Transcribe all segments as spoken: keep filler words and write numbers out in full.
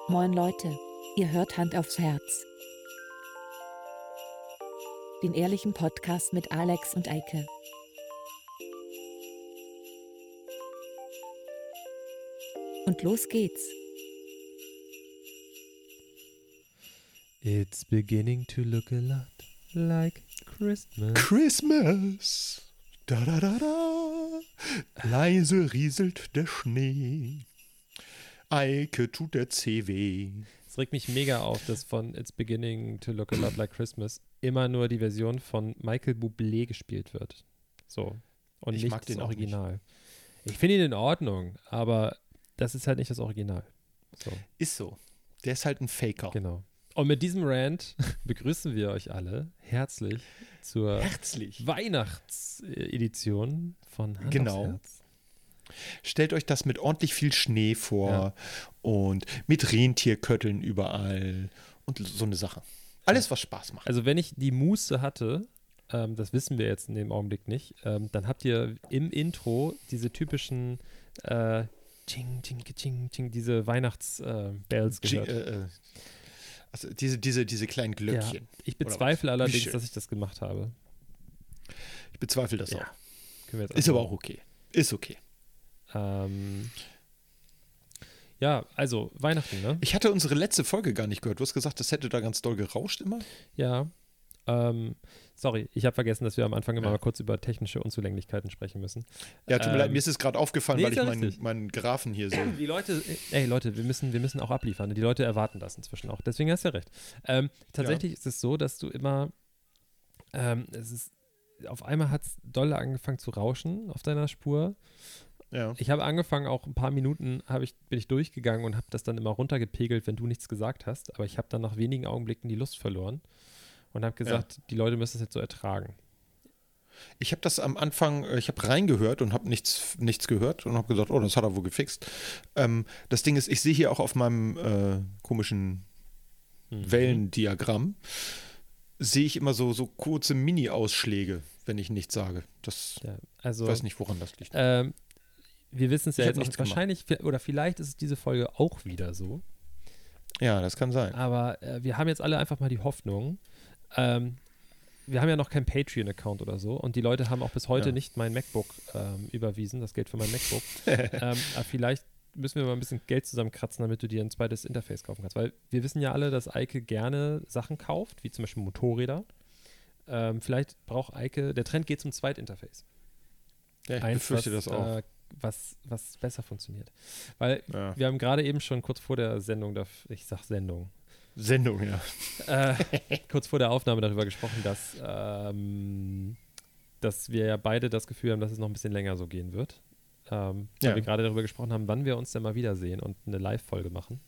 Moin Leute, ihr hört Hand aufs Herz. Den ehrlichen Podcast mit Alex und Eike. Und los geht's. It's beginning to look a lot like Christmas. Christmas. Da da da da. Leise rieselt der Schnee. Eike tut der Zeh weh. Es regt mich mega auf, dass von It's beginning to look a lot like Christmas immer nur die Version von Michael Bublé gespielt wird. So. Und Ich nicht mag das den auch Original. Ich finde ihn in Ordnung, aber das ist halt nicht das Original. So. Ist so. Der ist halt ein Faker. Genau. Und mit diesem Rant begrüßen wir euch alle herzlich zur Herzlich. Weihnachtsedition von Hand Genau. aufs Herz. Stellt euch das mit ordentlich viel Schnee vor Ja. und mit Rentierkötteln überall und so eine Sache. Alles, was Spaß macht. Also wenn ich die Muße hatte, ähm, das wissen wir jetzt in dem Augenblick nicht, ähm, dann habt ihr im Intro diese typischen äh, Ching, Ching, Ching, Ching, diese Weihnachts-Bells G- gehört. äh, äh, also diese, diese, diese kleinen Glöckchen. Ja, ich Oder bezweifle was? Wie allerdings, schön. dass ich das gemacht habe. Ich bezweifle das Ja. auch. Können wir jetzt Ist aber einfach- auch okay. Ist okay. Ähm, ja, also Weihnachten, ne? Ich hatte unsere letzte Folge gar nicht gehört. Du hast gesagt, das hätte da ganz doll gerauscht immer. Ja. Ähm, sorry, ich habe vergessen, dass wir am Anfang immer Ja. mal kurz über technische Unzulänglichkeiten sprechen müssen. Ja, tut mir Ähm, leid, mir ist es gerade aufgefallen, nee, weil ist ich ja meinen, richtig. meinen Graphen hier so. Die Leute, ey Leute, wir müssen, wir müssen auch abliefern. Die Leute erwarten das inzwischen auch. Deswegen hast du ja recht. Ähm, tatsächlich ist es so, dass du immer, ähm, es ist, auf einmal hat es doll angefangen zu rauschen auf deiner Spur. Ja. Ich habe angefangen, auch ein paar Minuten habe ich, bin ich durchgegangen und habe das dann immer runtergepegelt, wenn du nichts gesagt hast. Aber ich habe dann nach wenigen Augenblicken die Lust verloren und habe gesagt, die Leute müssen es jetzt so ertragen. Ich habe das am Anfang, äh, ich habe reingehört und habe nichts, nichts gehört und habe gesagt, oh, das hat er wohl gefixt. Ähm, das Ding ist, ich sehe hier auch auf meinem äh, komischen Mhm. Wellendiagramm, sehe ich immer so, so kurze Mini-Ausschläge, wenn ich nichts sage. Das Ja, also, weiß nicht, woran das liegt. ähm, wir wissen es ja Ich hab jetzt noch nichts gemacht. wahrscheinlich, oder vielleicht ist es diese Folge auch wieder so. Ja, das kann sein. Aber äh, wir haben jetzt alle einfach mal die Hoffnung. Ähm, wir haben ja noch keinen Patreon-Account oder so und die Leute haben auch bis heute Ja. nicht mein MacBook ähm, überwiesen, das Geld für mein MacBook. ähm, aber vielleicht müssen wir mal ein bisschen Geld zusammenkratzen, damit du dir ein zweites Interface kaufen kannst. Weil wir wissen ja alle, dass Eike gerne Sachen kauft, wie zum Beispiel Motorräder. Ähm, vielleicht braucht Eike, der Trend geht zum Zweitinterface. Ja, ich Eins, befürchte was, das auch. Äh, was, was besser funktioniert. Weil Ja. wir haben gerade eben schon kurz vor der Sendung, darf- ich sag Sendung, Sendung, ja. äh, kurz vor der Aufnahme darüber gesprochen, dass, ähm, dass wir ja beide das Gefühl haben, dass es noch ein bisschen länger so gehen wird. Ähm, weil Ja. wir gerade darüber gesprochen haben, wann wir uns denn mal wiedersehen und eine Live-Folge machen.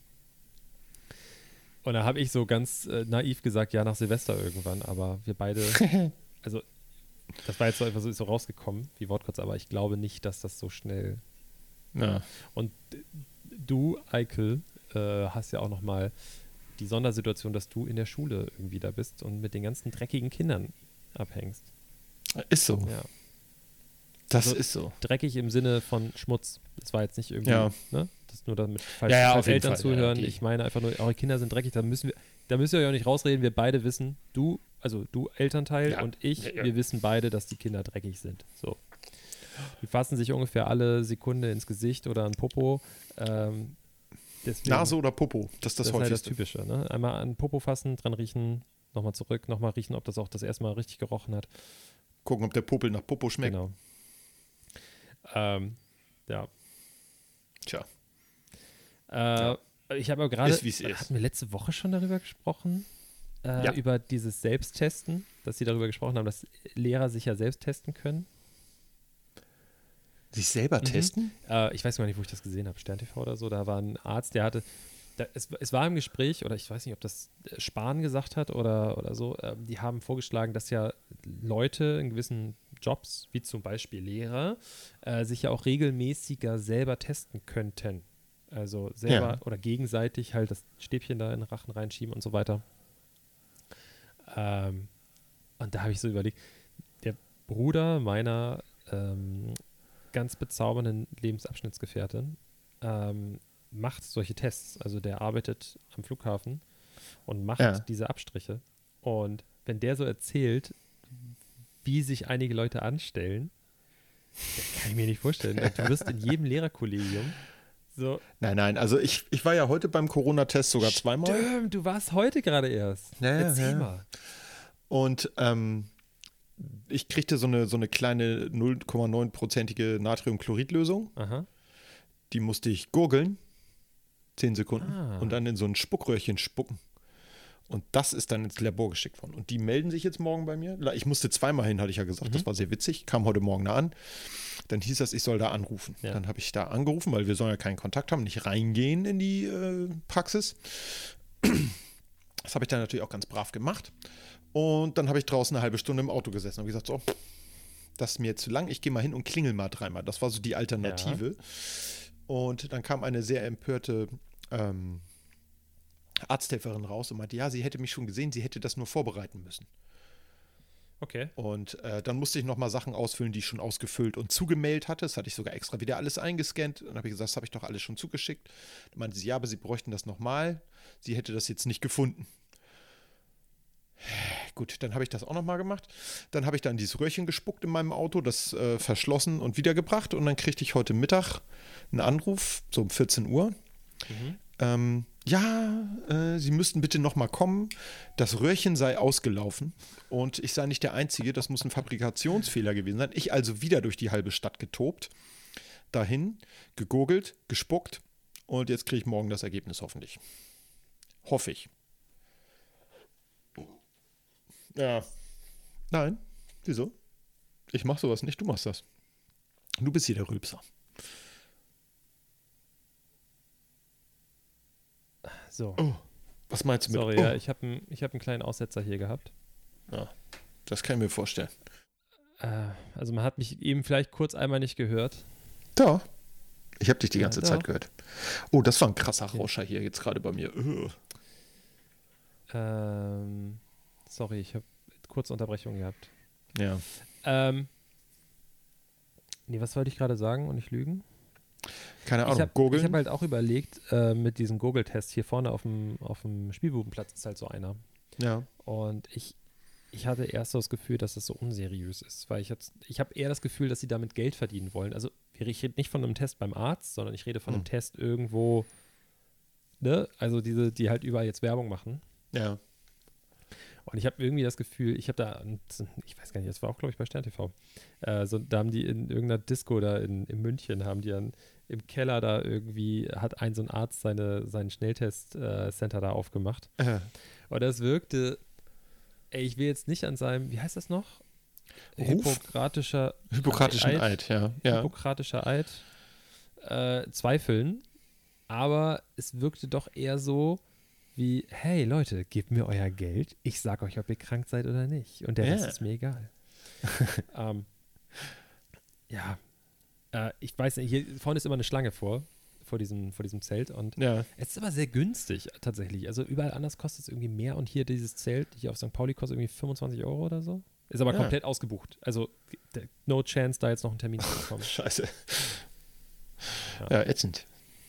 Und da habe ich so ganz äh, naiv gesagt, ja, nach Silvester irgendwann, aber wir beide, also das war jetzt so einfach so, ist so rausgekommen, wie Wortkurz, aber ich glaube nicht, dass das so schnell. Ja. Und du, Eikel, äh, hast ja auch noch mal die Sondersituation, dass du in der Schule irgendwie da bist und mit den ganzen dreckigen Kindern abhängst. Ist so. Ja. Das Also, ist so. Dreckig im Sinne von Schmutz. Das war jetzt nicht irgendwie, Ja. ne? Das ist nur damit, falls, Ja, ja, falls auf jeden Eltern Fall. Ja, zuhören. die- Ich meine einfach nur, eure Kinder sind dreckig, da müssen wir, da müsst ihr euch auch nicht rausreden. Wir beide wissen, du, also du Elternteil Ja. und ich, Ja, ja. wir wissen beide, dass die Kinder dreckig sind. So. Die fassen sich ungefähr alle Sekunde ins Gesicht oder an Popo. Ähm, deswegen, Nase oder Popo, das ist das, das ist halt das häufigste. Typische. Ne? Einmal an Popo fassen, dran riechen, nochmal zurück, nochmal riechen, ob das auch das erste Mal richtig gerochen hat. Gucken, ob der Popel nach Popo schmeckt. Genau. Ähm, ja. Tja. Äh, Ich habe aber gerade, Ist, wie's ist. hatten wir letzte Woche schon darüber gesprochen? Äh, Ja. Über dieses Selbsttesten, dass sie darüber gesprochen haben, dass Lehrer sich ja selbst testen können. Sich selber Mhm. testen? Äh, ich weiß gar nicht, wo ich das gesehen habe, Stern T V oder so. Da war ein Arzt, der hatte, da, es, es war im Gespräch, oder ich weiß nicht, ob das Spahn gesagt hat oder, oder so, äh, die haben vorgeschlagen, dass ja Leute in gewissen Jobs, wie zum Beispiel Lehrer, äh, sich ja auch regelmäßiger selber testen könnten. Also selber Ja. oder gegenseitig halt das Stäbchen da in den Rachen reinschieben und so weiter. Ähm, und da habe ich so überlegt, der Bruder meiner ähm, ganz bezaubernden Lebensabschnittsgefährtin, ähm, macht solche Tests. Also der arbeitet am Flughafen und macht Ja. diese Abstriche. Und wenn der so erzählt, wie sich einige Leute anstellen, das kann ich mir nicht vorstellen. Du wirst in jedem Lehrerkollegium so. Nein, nein, also ich, ich war ja heute beim Corona-Test sogar zweimal. Stimmt, du warst heute gerade erst. Ja, ja, Erzähl ja. mal. Und ähm, ich kriegte so eine, so eine kleine null Komma neun-prozentige Natriumchloridlösung. Aha. Die musste ich gurgeln, zehn Sekunden, Ah. und dann in so ein Spuckröhrchen spucken. Und das ist dann ins Labor geschickt worden. Und die melden sich jetzt morgen bei mir. Ich musste zweimal hin, hatte ich ja gesagt. Mhm. Das war sehr witzig. Kam heute Morgen da an. Dann hieß das, ich soll da anrufen. Ja. Dann habe ich da angerufen, weil wir sollen ja keinen Kontakt haben, nicht reingehen in die äh, Praxis. Das habe ich dann natürlich auch ganz brav gemacht. Und dann habe ich draußen eine halbe Stunde im Auto gesessen und gesagt, so, das ist mir jetzt zu lang. Ich gehe mal hin und klingel mal dreimal. Das war so die Alternative. Und dann kam eine sehr empörte ähm, Arzthelferin raus und meinte, ja, sie hätte mich schon gesehen, sie hätte das nur vorbereiten müssen. Okay. Und äh, dann musste ich nochmal Sachen ausfüllen, die ich schon ausgefüllt und zugemailt hatte. Das hatte ich sogar extra wieder alles eingescannt. Dann habe ich gesagt, das habe ich doch alles schon zugeschickt. Dann meinte sie, ja, aber sie bräuchten das nochmal. Sie hätte das jetzt nicht gefunden. Gut, dann habe ich das auch nochmal gemacht. Dann habe ich dann dieses Röhrchen gespuckt in meinem Auto, das äh, verschlossen und wiedergebracht. Und dann kriegte ich heute Mittag einen Anruf, so um vierzehn Uhr. Mhm. Ähm, ja, äh, Sie müssten bitte nochmal kommen. Das Röhrchen sei ausgelaufen und ich sei nicht der Einzige. Das muss ein Fabrikationsfehler gewesen sein. Ich also wieder durch die halbe Stadt getobt, dahin, gegurgelt, gespuckt und jetzt kriege ich morgen das Ergebnis hoffentlich. Hoffe ich. Ja. Nein. Wieso? Ich mache sowas nicht, du machst das. Du bist hier der Rülpser. So. Oh, was meinst du mit Sorry, oh? ja, ich habe einen hab einen kleinen Aussetzer hier gehabt. Ja, das kann ich mir vorstellen. Äh, also man hat mich eben vielleicht kurz einmal nicht gehört. Da. Ich habe dich die Ja, ganze doch. Zeit gehört. Oh, das war ein krasser Okay. Rauscher hier jetzt gerade bei mir. Ugh. Ähm, sorry, ich habe kurze Unterbrechung gehabt. Ja. Ähm, nee, was wollte ich gerade sagen und nicht lügen? Keine Ahnung. Ich habe Gurgeln? hab halt auch überlegt, äh, mit diesem Google-Test hier vorne auf dem, auf dem Spielbubenplatz ist halt so einer. ja. Und ich, ich hatte erst so das Gefühl, dass es so unseriös ist, weil ich, jetzt- ich habe eher das Gefühl, dass sie damit Geld verdienen wollen. Also ich rede nicht von einem Test beim Arzt, sondern ich rede von einem Hm. Test irgendwo, ne? Also diese, die halt überall jetzt Werbung machen. Ja. Und ich habe irgendwie das Gefühl, ich habe da, ich weiß gar nicht, das war auch, glaube ich, bei Stern T V. Äh, so, da haben die in irgendeiner Disco da in, in München, haben die dann im Keller da irgendwie, hat ein so ein Arzt seine, seinen Schnelltest-Center da aufgemacht. Äh, Und das wirkte, ey, ich will jetzt nicht an seinem, wie heißt das noch? Ruf? Hippokratischer Hippokratischen Eid, ja. ja. Hippokratischer Eid äh, zweifeln. Aber es wirkte doch eher so wie, hey Leute, gebt mir euer Geld, ich sag euch, ob ihr krank seid oder nicht. Und der Ja. Rest ist mir egal. ähm, ja, äh, ich weiß nicht, hier vorne ist immer eine Schlange vor, vor diesem, vor diesem Zelt. Und Ja. es ist aber sehr günstig tatsächlich. Also überall anders kostet es irgendwie mehr. Und hier dieses Zelt, hier auf Sankt Pauli, kostet irgendwie fünfundzwanzig Euro oder so. Ist aber Ja. komplett ausgebucht. Also d- no chance, da jetzt noch einen Termin zu bekommen. Scheiße. Ja. Ja, ätzend.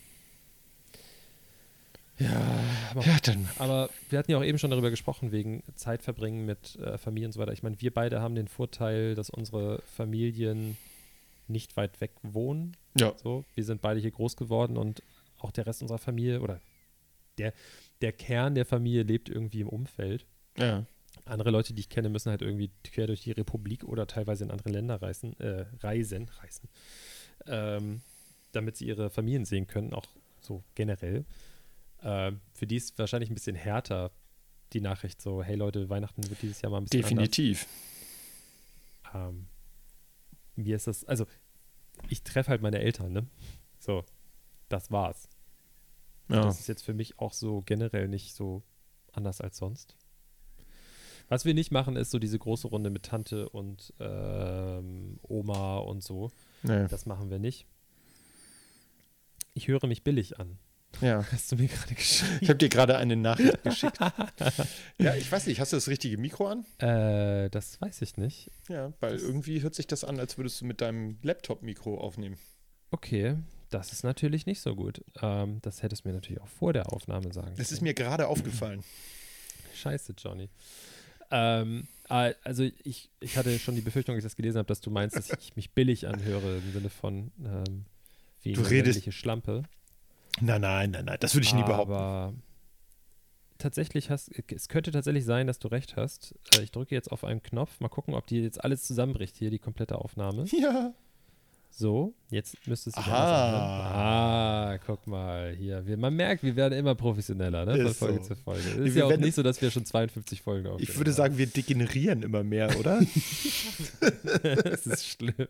Ja, aber, Ja, dann. aber wir hatten ja auch eben schon darüber gesprochen, wegen Zeitverbringen mit äh, Familie und so weiter. Ich meine, wir beide haben den Vorteil, dass unsere Familien nicht weit weg wohnen. Ja. So, wir sind beide hier groß geworden und auch der Rest unserer Familie oder der, der Kern der Familie lebt irgendwie im Umfeld. Ja. Andere Leute, die ich kenne, müssen halt irgendwie quer durch die Republik oder teilweise in andere Länder reisen, äh, reisen, reisen ähm, damit sie ihre Familien sehen können, auch so generell. Ähm, für die ist wahrscheinlich ein bisschen härter die Nachricht so, hey Leute, Weihnachten wird dieses Jahr mal ein bisschen Definitiv. anders. Ähm, mir ist das, also ich treffe halt meine Eltern, ne? So, das war's. Ja. Das ist jetzt für mich auch so generell nicht so anders als sonst. Was wir nicht machen, ist so diese große Runde mit Tante und ähm, Oma und so. Nee. Das machen wir nicht. Ich höre mich billig an. Ja. Hast du mir gerade geschrieben? Ich habe dir gerade eine Nachricht geschickt. Ja, ich weiß nicht, hast du das richtige Mikro an? Äh, das weiß ich nicht. Ja, weil Das- irgendwie hört sich das an, als würdest du mit deinem Laptop-Mikro aufnehmen. Okay, Das ist natürlich nicht so gut. Ähm, das hättest du mir natürlich auch vor der Aufnahme sagen Das ist können. mir gerade aufgefallen. Scheiße, Johnny. Ähm, äh, also ich, ich hatte schon die Befürchtung, als ich das gelesen habe, dass du meinst, dass ich mich billig anhöre im Sinne von ähm, wie Du eine redest- männliche Schlampe. Nein, nein, nein, nein, das würde ich nie behaupten. Aber tatsächlich hast, es könnte tatsächlich sein, dass du recht hast. Äh, Ich drücke jetzt auf einen Knopf. Mal gucken, ob die jetzt alles zusammenbricht hier, die komplette Aufnahme. Ja. So, jetzt müsste es sich Aha. anders anhören. Ah, guck mal hier. Wir, man merkt, wir werden immer professioneller, ne? Von Ist Folge so. zu Folge. Es ist Wir ja auch werden- nicht so, dass wir schon zweiundfünfzig Folgen aufnehmen. Ich würde sagen, wir degenerieren immer mehr, oder? Das ist schlimm.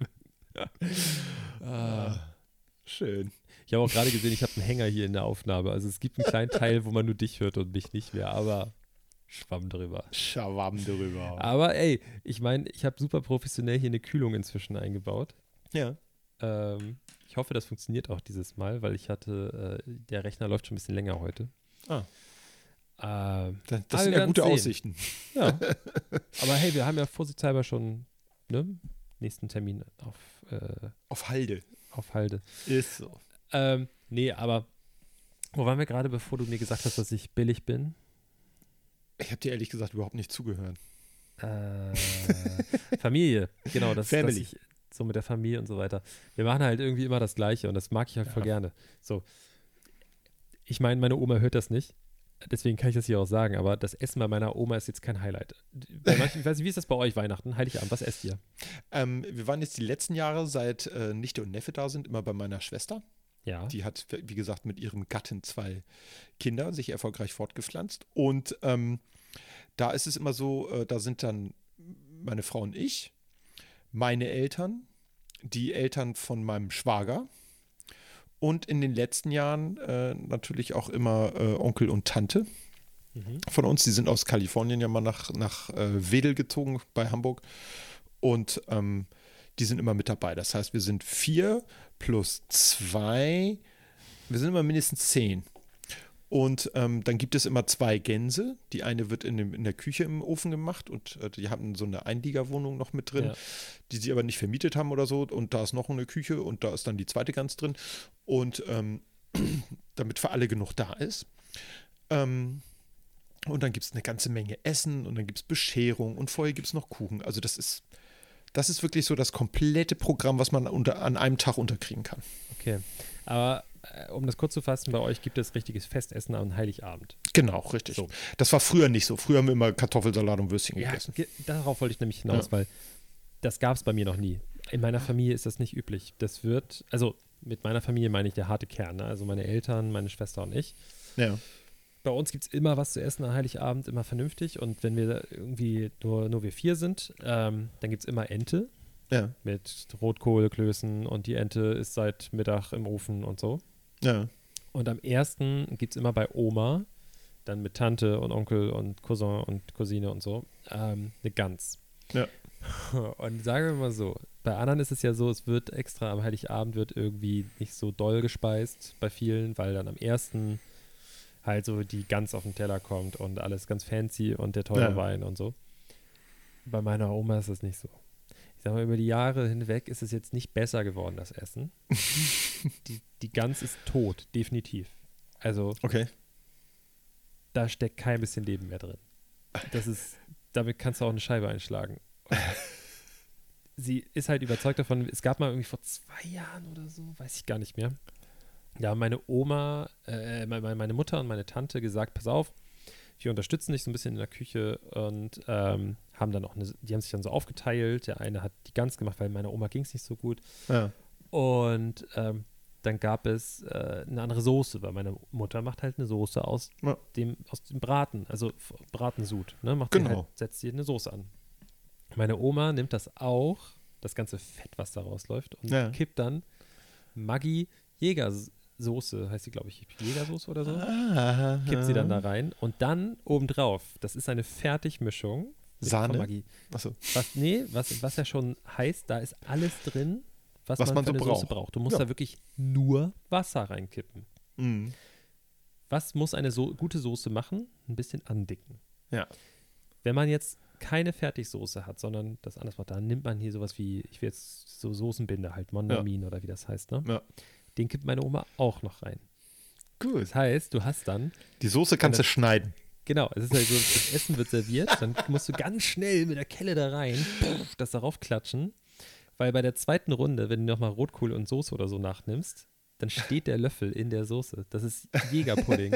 ah. Schön. Ich habe auch gerade gesehen, ich habe einen Hänger hier in der Aufnahme. Also es gibt einen kleinen Teil, wo man nur dich hört und mich nicht mehr, aber schwamm drüber. Schwamm drüber. Aber ey, ich meine, ich habe super professionell hier eine Kühlung inzwischen eingebaut. Ja. Ähm, ich hoffe, das funktioniert auch dieses Mal, weil ich hatte, äh, der Rechner läuft schon ein bisschen länger heute. Ah. Ähm, Das, Aber das sind wir ja gute werden's Aussichten. ja. Aber hey, wir haben ja vorsichtshalber schon, ne, nächsten Termin auf, äh, Auf Halde. auf Halde. Ist so. Ähm, nee, aber wo waren wir gerade, bevor du mir gesagt hast, dass ich billig bin? Ich habe dir ehrlich gesagt überhaupt nicht zugehört. Äh, Familie, genau, das, Family. das ich, so mit der Familie und so weiter. Wir machen halt irgendwie immer das Gleiche und das mag ich halt voll Ja. gerne. So, ich meine, meine Oma hört das nicht, deswegen kann ich das hier auch sagen, aber das Essen bei meiner Oma ist jetzt kein Highlight. Bei manchen, ich weiß nicht, wie ist das bei euch Weihnachten, Heiligabend, was esst ihr? Ähm, wir waren jetzt die letzten Jahre, seit äh, Nichte und Neffe da sind, immer bei meiner Schwester. Ja, Die hat, wie gesagt, mit ihrem Gatten zwei Kinder sich erfolgreich fortgepflanzt. Und ähm, da ist es immer so, äh, da sind dann meine Frau und ich, meine Eltern, die Eltern von meinem Schwager und in den letzten Jahren äh, natürlich auch immer äh, Onkel und Tante mhm. von uns. Die sind aus Kalifornien ja mal nach, nach äh, Wedel gezogen bei Hamburg. Und ähm, die sind immer mit dabei. Das heißt, wir sind vier plus zwei, wir sind immer mindestens zehn. Und ähm, dann gibt es immer zwei Gänse. Die eine wird in, dem, in der Küche im Ofen gemacht und äh, die haben so eine Einliegerwohnung noch mit drin, Ja. die sie aber nicht vermietet haben oder so. Und da ist noch eine Küche und da ist dann die zweite Gans drin. Und ähm, damit für alle genug da ist. Ähm, und dann gibt es eine ganze Menge Essen und dann gibt es Bescherung und vorher gibt es noch Kuchen. Also das ist, das ist wirklich so das komplette Programm, was man unter, an einem Tag unterkriegen kann. Okay. Aber äh, um das kurz zu fassen, bei euch gibt es richtiges Festessen am Heiligabend. Genau, richtig. So. Das war früher nicht so. Früher haben wir immer Kartoffelsalat und Würstchen Ja, gegessen. ge- darauf wollte ich nämlich hinaus, Ja. weil das gab es bei mir noch nie. In meiner Familie ist das nicht üblich. Das wird, also mit meiner Familie meine ich der harte Kern, ne? Also meine Eltern, meine Schwester und ich. Ja. Bei uns gibt es immer was zu essen am Heiligabend, immer vernünftig. Und wenn wir irgendwie nur, nur wir vier sind, ähm, dann gibt es immer Ente Ja. mit Rotkohlklößen und die Ente ist seit Mittag im Ofen und so. Ja. Und am ersten gibt es immer bei Oma, dann mit Tante und Onkel und Cousin und Cousine und so, ähm, eine Gans. Ja. Und sagen wir mal so, bei anderen ist es ja so, es wird extra am Heiligabend wird irgendwie nicht so doll gespeist bei vielen, weil dann am ersten halt so die Gans auf den Teller kommt und alles ganz fancy und der teure Ja. Wein und so. Bei meiner Oma ist das nicht so. Ich sag mal, über die Jahre hinweg ist es jetzt nicht besser geworden, das Essen. die, die Gans ist tot, definitiv. Also Okay. da steckt kein bisschen Leben mehr drin. Das ist, damit kannst du auch eine Scheibe einschlagen. Und sie ist halt überzeugt davon, es gab mal irgendwie vor zwei Jahren oder so, weiß ich gar nicht mehr. Da haben meine Oma, äh, meine, meine Mutter und meine Tante gesagt, pass auf, wir unterstützen dich so ein bisschen in der Küche und ähm, haben dann auch eine, die haben sich dann so aufgeteilt. Der eine hat die Gans gemacht, weil meiner Oma ging es nicht so gut. Ja. Und ähm, dann gab es äh, eine andere Soße, weil meine Mutter macht halt eine Soße aus, Ja. dem, aus dem Braten, also F- Bratensud. Ne? Macht Genau. die halt, setzt sie eine Soße an. Meine Oma nimmt das auch, das ganze Fett, was da rausläuft, und Ja. kippt dann Maggi Jägersoße, heißt sie, glaube ich, Jägersoße oder so, Ah, kippt sie dann da rein und dann obendrauf, das ist eine Fertigmischung mit Sahne? von Maggi. Achso. Was, nee, was, was ja schon heißt, da ist alles drin, was, Was man, man für so eine Soße braucht. braucht. Du musst Ja. da wirklich nur Wasser reinkippen. Mhm. Was muss eine so gute Soße machen? Ein bisschen andicken. Ja. Wenn man jetzt keine Fertigsoße hat, sondern das anders macht, dann nimmt man hier sowas wie, ich will jetzt so Soßenbinder halt, Mondamin oder wie das heißt, ne? Ja. Den kippt meine Oma auch noch rein. Gut. Das heißt, du hast dann, Die Soße kannst du schneiden. genau, es ist halt so, das Essen wird serviert, dann musst du ganz schnell mit der Kelle da rein, das darauf klatschen, weil bei der zweiten Runde, wenn du nochmal Rotkohl und Soße oder so nachnimmst, dann steht der Löffel in der Soße. Das ist Jägerpudding.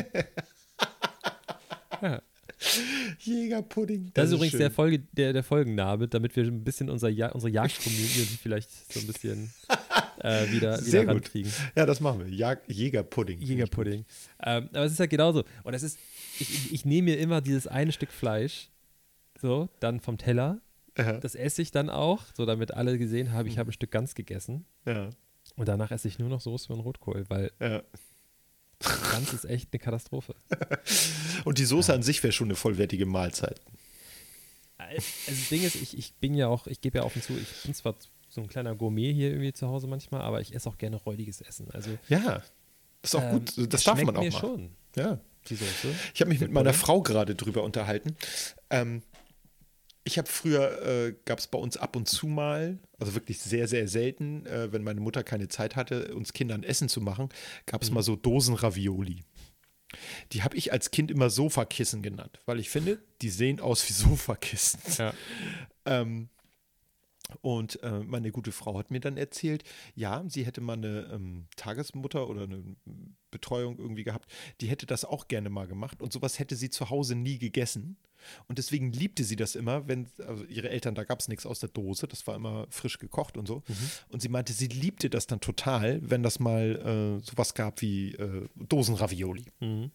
Ja. Jägerpudding. Das, ist ist übrigens schön. der, Folge, der, der Folgenname, damit wir ein bisschen unser ja unsere Jagd-Community vielleicht so ein bisschen äh, wieder, Sehr wieder gut. rankriegen. Ja, das machen wir. Jag Jägerpudding. Jägerpudding. Ähm, aber es ist halt genauso. Und es ist, ich, ich, ich nehme mir immer dieses eine Stück Fleisch, so, dann vom Teller. Ja. Das esse ich dann auch, so damit alle gesehen haben, ich habe ein Stück Gans gegessen. Ja. Und danach esse ich nur noch Soße und Rotkohl, weil Ja. Gans ist echt eine Katastrophe. Und die Soße an sich wäre schon eine vollwertige Mahlzeit. Also das Ding ist, ich, ich bin ja auch, ich gebe ja offen zu, ich bin zwar so ein kleiner Gourmet hier irgendwie zu Hause manchmal, aber ich esse auch gerne räudiges Essen. Also Ja, das ist auch ähm, gut. Das es darf schmeckt man auch mir machen. schon, Ja. die Soße. Ich habe mich Der mit meiner Pudding. Frau gerade drüber unterhalten. Ähm, ich habe früher, äh, gab es bei uns ab und zu mal, also wirklich sehr, sehr selten, äh, wenn meine Mutter keine Zeit hatte, uns Kindern Essen zu machen, gab es Mhm. mal so Dosen-Ravioli. Die habe ich als Kind immer Sofakissen genannt, weil ich finde, die sehen aus wie Sofakissen. Ja. Ähm, und äh, meine gute Frau hat mir dann erzählt, ja, sie hätte mal eine ähm, Tagesmutter oder eine Betreuung irgendwie gehabt, die hätte das auch gerne mal gemacht und sowas hätte sie zu Hause nie gegessen. Und deswegen liebte sie das immer, wenn, also ihre Eltern, da gab es nichts aus der Dose, das war immer frisch gekocht und so. Mhm. Und sie meinte, sie liebte das dann total, wenn das mal äh, sowas gab wie äh, Dosenravioli. Mhm.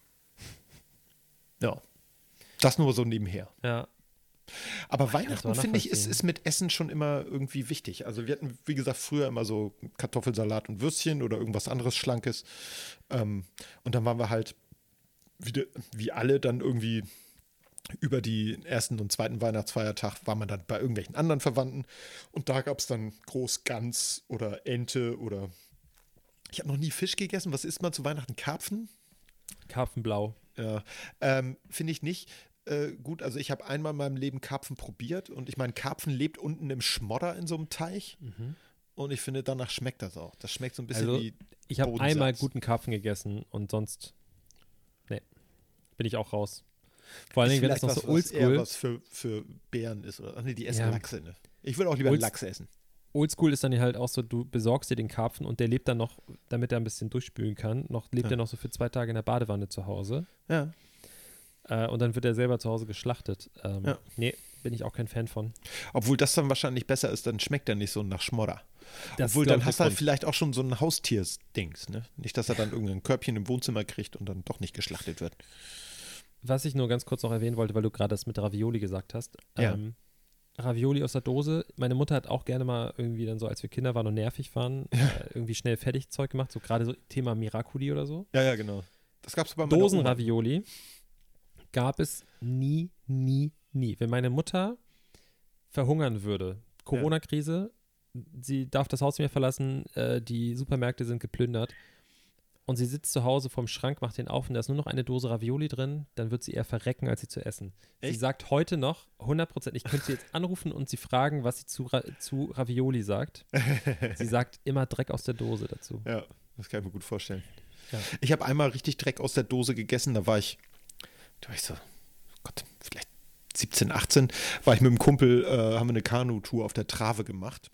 Ja. Das nur so nebenher. Ja. Aber das Weihnachten, war finde ich, ist, nachvollziehen. ist mit Essen schon immer irgendwie wichtig. Also wir hatten, wie gesagt, früher immer so Kartoffelsalat und Würstchen oder irgendwas anderes Schlankes. Ähm, und dann waren wir halt, wieder, wie alle, dann irgendwie über die ersten und zweiten Weihnachtsfeiertag war man dann bei irgendwelchen anderen Verwandten. Und da gab es dann groß Gans oder Ente oder ich habe noch nie Fisch gegessen. Was isst man zu Weihnachten? Karpfen? Karpfenblau. Ja, ähm, finde ich nicht äh, gut. Also ich habe einmal in meinem Leben Karpfen probiert und ich meine, Karpfen lebt unten im Schmodder in so einem Teich Mhm. und ich finde, danach schmeckt das auch. Das schmeckt so ein bisschen Also, wie Ich habe Bodensatz. einmal guten Karpfen gegessen und sonst, nee, bin ich auch raus. Vor allen Ist Dingen, wenn es vielleicht noch so was, was eher oldschool, was für, für Bären ist. Oder, ach nee, die essen Ja. Lachse, ne? Ich würde auch lieber Olds- Lachs essen. oldschool ist dann halt auch so, du besorgst dir den Karpfen und der lebt dann noch, damit er ein bisschen durchspülen kann, noch, lebt Ja. er noch so für zwei Tage in der Badewanne zu Hause. Ja. Äh, und dann wird er selber zu Hause geschlachtet. Ähm, Ja. Nee, bin ich auch kein Fan von. Obwohl das dann wahrscheinlich besser ist, dann schmeckt er nicht so nach Schmodder. Das Obwohl, ist, glaub dann ich, hast du der halt Grund. vielleicht auch schon so ein Haustiers-Dings, ne? Nicht, dass er dann irgendein Körbchen im Wohnzimmer kriegt und dann doch nicht geschlachtet wird. Was ich nur ganz kurz noch erwähnen wollte, weil du gerade das mit Ravioli gesagt hast. Ja. Ähm, Ravioli aus der Dose. Meine Mutter hat auch gerne mal irgendwie dann so, als wir Kinder waren und nervig waren, äh, irgendwie schnell fertig Zeug gemacht. So gerade so Thema Miracoli oder so. Ja, ja, genau. Das gab es bei meiner Oma. Dosenravioli gab es nie, nie, nie. Wenn meine Mutter verhungern würde, Corona-Krise, sie darf das Haus nicht mehr verlassen, äh, die Supermärkte sind geplündert und sie sitzt zu Hause vorm Schrank, macht den auf und da ist nur noch eine Dose Ravioli drin, dann wird sie eher verrecken, als sie zu essen. Sie Echt? sagt heute noch, hundert Prozent, ich könnte sie jetzt anrufen und sie fragen, was sie zu, Ra zu Ravioli sagt. Sie sagt immer Dreck aus der Dose dazu. Ja, das kann ich mir gut vorstellen. Ja. Ich habe einmal richtig Dreck aus der Dose gegessen, da war ich, da war ich so, Gott, vielleicht siebzehn, achtzehn, war ich mit einem Kumpel, äh, haben wir eine Kanu-Tour auf der Trave gemacht.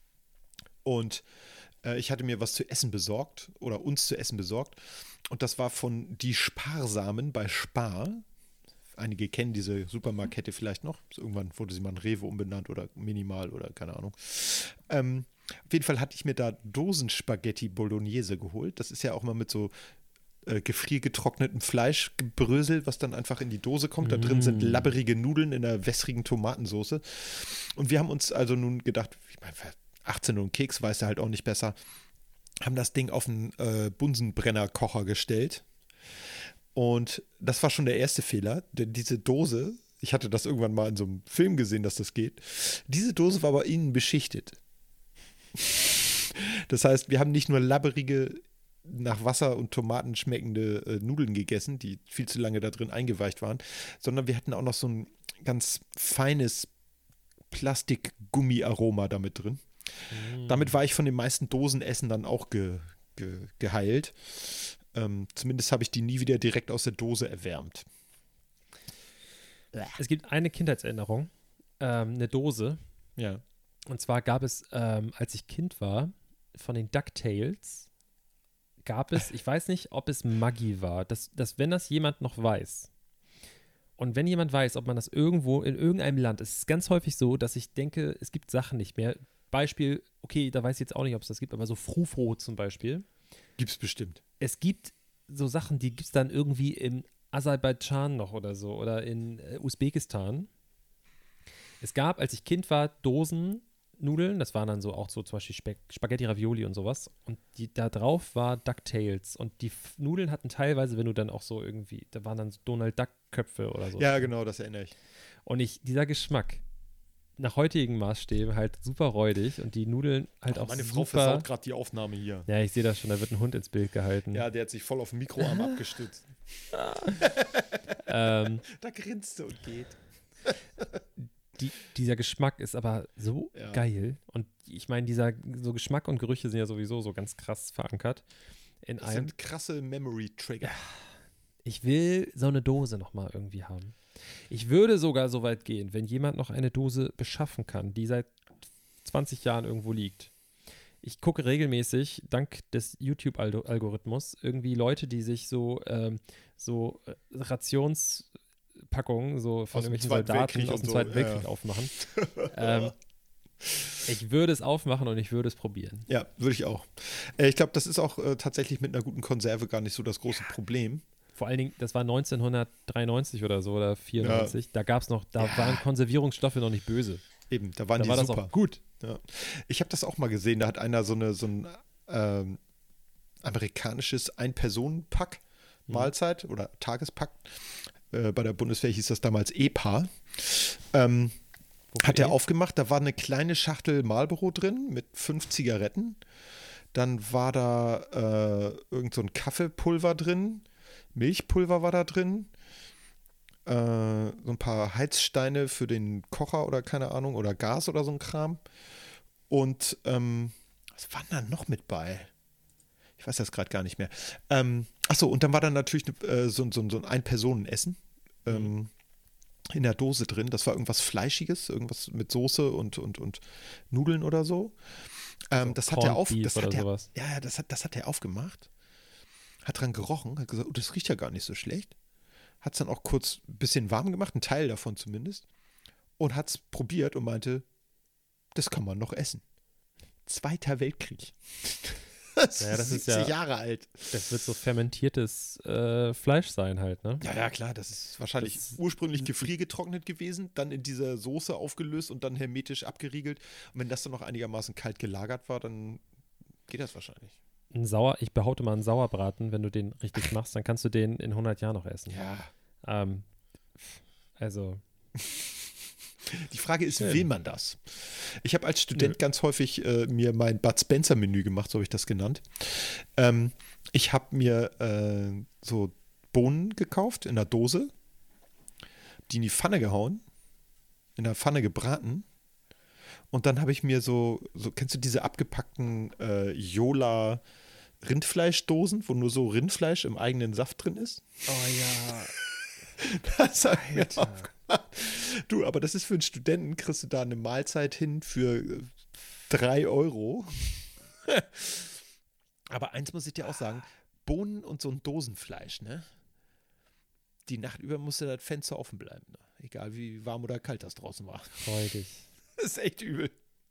Und äh, ich hatte mir was zu essen besorgt oder uns zu essen besorgt. Und das war von Die Sparsamen bei Spar. Einige kennen diese Supermarktkette vielleicht noch. Irgendwann wurde sie mal in Rewe umbenannt oder Minimal oder keine Ahnung. Ähm, auf jeden Fall hatte ich mir da Dosenspaghetti Bolognese geholt. Das ist ja auch mal mit so äh, gefriergetrocknetem Fleisch gebröselt, was dann einfach in die Dose kommt. Da drin sind Mm. labberige Nudeln in einer wässrigen Tomatensoße. Und wir haben uns also nun gedacht, ich meine, achtzehn und Keks weiß er halt auch nicht besser, haben das Ding auf einen äh, Bunsenbrennerkocher gestellt. Und das war schon der erste Fehler, denn diese Dose, ich hatte das irgendwann mal in so einem Film gesehen, dass das geht, diese Dose war bei innen beschichtet. Das heißt, wir haben nicht nur labberige, nach Wasser und Tomaten schmeckende äh, Nudeln gegessen, die viel zu lange da drin eingeweicht waren, sondern wir hatten auch noch so ein ganz feines Plastikgummi-Aroma damit drin. Mm. Damit war ich von den meisten Dosenessen dann auch ge ge, geheilt. Ähm, zumindest habe ich die nie wieder direkt aus der Dose erwärmt. Es gibt eine Kindheitserinnerung, ähm, eine Dose. Ja. Und zwar gab es, ähm, als ich Kind war, von den DuckTales, gab es, ich weiß nicht, ob es Maggi war, dass, dass wenn das jemand noch weiß, und wenn jemand weiß, ob man das irgendwo in irgendeinem Land, es ist ganz häufig so, dass ich denke, es gibt Sachen nicht mehr. Beispiel, okay, da weiß ich jetzt auch nicht, ob es das gibt, aber so Frufro zum Beispiel. Gibt's bestimmt. Es gibt so Sachen, die gibt es dann irgendwie in Aserbaidschan noch oder so oder in äh, Usbekistan. Es gab, als ich Kind war, Dosennudeln, das waren dann so auch so zum Beispiel Sp- Spaghetti Ravioli und sowas. Und die, da drauf war DuckTales. Und die F- Nudeln hatten teilweise, wenn du dann auch so irgendwie, da waren dann so Donald Duck-Köpfe oder so. Ja, genau, das erinnere ich. Und ich, dieser Geschmack, nach heutigen Maßstäben halt super räudig und die Nudeln halt Oh, auch meine super. Frau versaut gerade die Aufnahme hier. Ja, ich sehe das schon, da wird ein Hund ins Bild gehalten. Ja, der hat sich voll auf den Mikroarm abgestützt. Ähm, Da grinst er und geht. die, dieser Geschmack ist aber so Ja. geil. Und ich meine, dieser so Geschmack und Gerüche sind ja sowieso so ganz krass verankert in Das einem. sind krasse Memory-Trigger. Ich will so eine Dose nochmal irgendwie haben. Ich würde sogar so weit gehen, wenn jemand noch eine Dose beschaffen kann, die seit zwanzig Jahren irgendwo liegt. Ich gucke regelmäßig, dank des YouTube-Algorithmus, irgendwie Leute, die sich so, ähm, so äh, Rationspackungen so von Aus dem irgendwelchen Zweiten Soldaten Weltkrieg aus dem und so, Zweiten ja, Weltkrieg ja. aufmachen. ähm, ich würde es aufmachen und ich würde es probieren. Ja, würde ich auch. Äh, ich glaube, das ist auch äh, tatsächlich mit einer guten Konserve gar nicht so das große Problem. Vor allen Dingen, das war neunzehnhundertdreiundneunzig oder so oder vierundneunzig. Ja. Da gab es noch, da Ja. waren Konservierungsstoffe noch nicht böse. Eben, da waren Da die war das super. auch gut. Ja. Ich habe das auch mal gesehen, da hat einer so, eine, so ein ähm, amerikanisches Ein-Personen-Pack, Mhm. Mahlzeit oder Tagespack. Äh, bei der Bundeswehr hieß das damals E P A. Ähm, Wofür hat er eh? aufgemacht, da war eine kleine Schachtel Marlboro drin mit fünf Zigaretten. Dann war da äh, irgend so ein Kaffeepulver drin, Milchpulver war da drin, äh, so ein paar Heizsteine für den Kocher oder keine Ahnung, oder Gas oder so ein Kram. Und ähm, was war denn da noch mit bei? Ich weiß das gerade gar nicht mehr. Ähm, achso, und dann war da natürlich äh, so, so, so ein Ein-Personen-Essen. Ähm, Mhm. in der Dose drin. Das war irgendwas Fleischiges, irgendwas mit Soße und, und, und Nudeln oder so. Ähm, So das hat er Corned auf, Beef das oder hat er, sowas. ja, ja, das hat, das hat er aufgemacht. Hat dran gerochen, hat gesagt, oh, das riecht ja gar nicht so schlecht. Hat es dann auch kurz ein bisschen warm gemacht, ein Teil davon zumindest. Und hat es probiert und meinte, das kann man noch essen. Zweiter Weltkrieg. Das Ja, das ist siebzig ja- Jahre alt. Das wird so fermentiertes äh, Fleisch sein halt, ne? Ja, ja, klar, das ist wahrscheinlich Das- ursprünglich gefriergetrocknet gewesen, dann in dieser Soße aufgelöst und dann hermetisch abgeriegelt. Und wenn das dann noch einigermaßen kalt gelagert war, dann geht das wahrscheinlich. Ein Sauer, ich behaupte mal, ein Sauerbraten, wenn du den richtig machst, dann kannst du den in hundert Jahren noch essen. Ja. Ähm, also, Die Frage ist, Schön. will man das? Ich habe als Student ganz häufig äh, mir mein Bud Spencer-Menü gemacht, so habe ich das genannt. Ähm, ich habe mir äh, so Bohnen gekauft in einer Dose, die in die Pfanne gehauen, in der Pfanne gebraten. Und dann habe ich mir so, so, kennst du diese abgepackten äh, Yola Rindfleischdosen, wo nur so Rindfleisch im eigenen Saft drin ist? oh ja. Das habe ich mir Alter. aufgemacht. Du, aber das ist für einen Studenten, kriegst du da eine Mahlzeit hin für äh, drei Euro. Aber eins muss ich dir auch sagen, Bohnen und so ein Dosenfleisch, ne? Die Nacht über musste das Fenster offen bleiben, ne? Egal wie warm oder kalt das draußen war. Freudig. Das ist echt übel.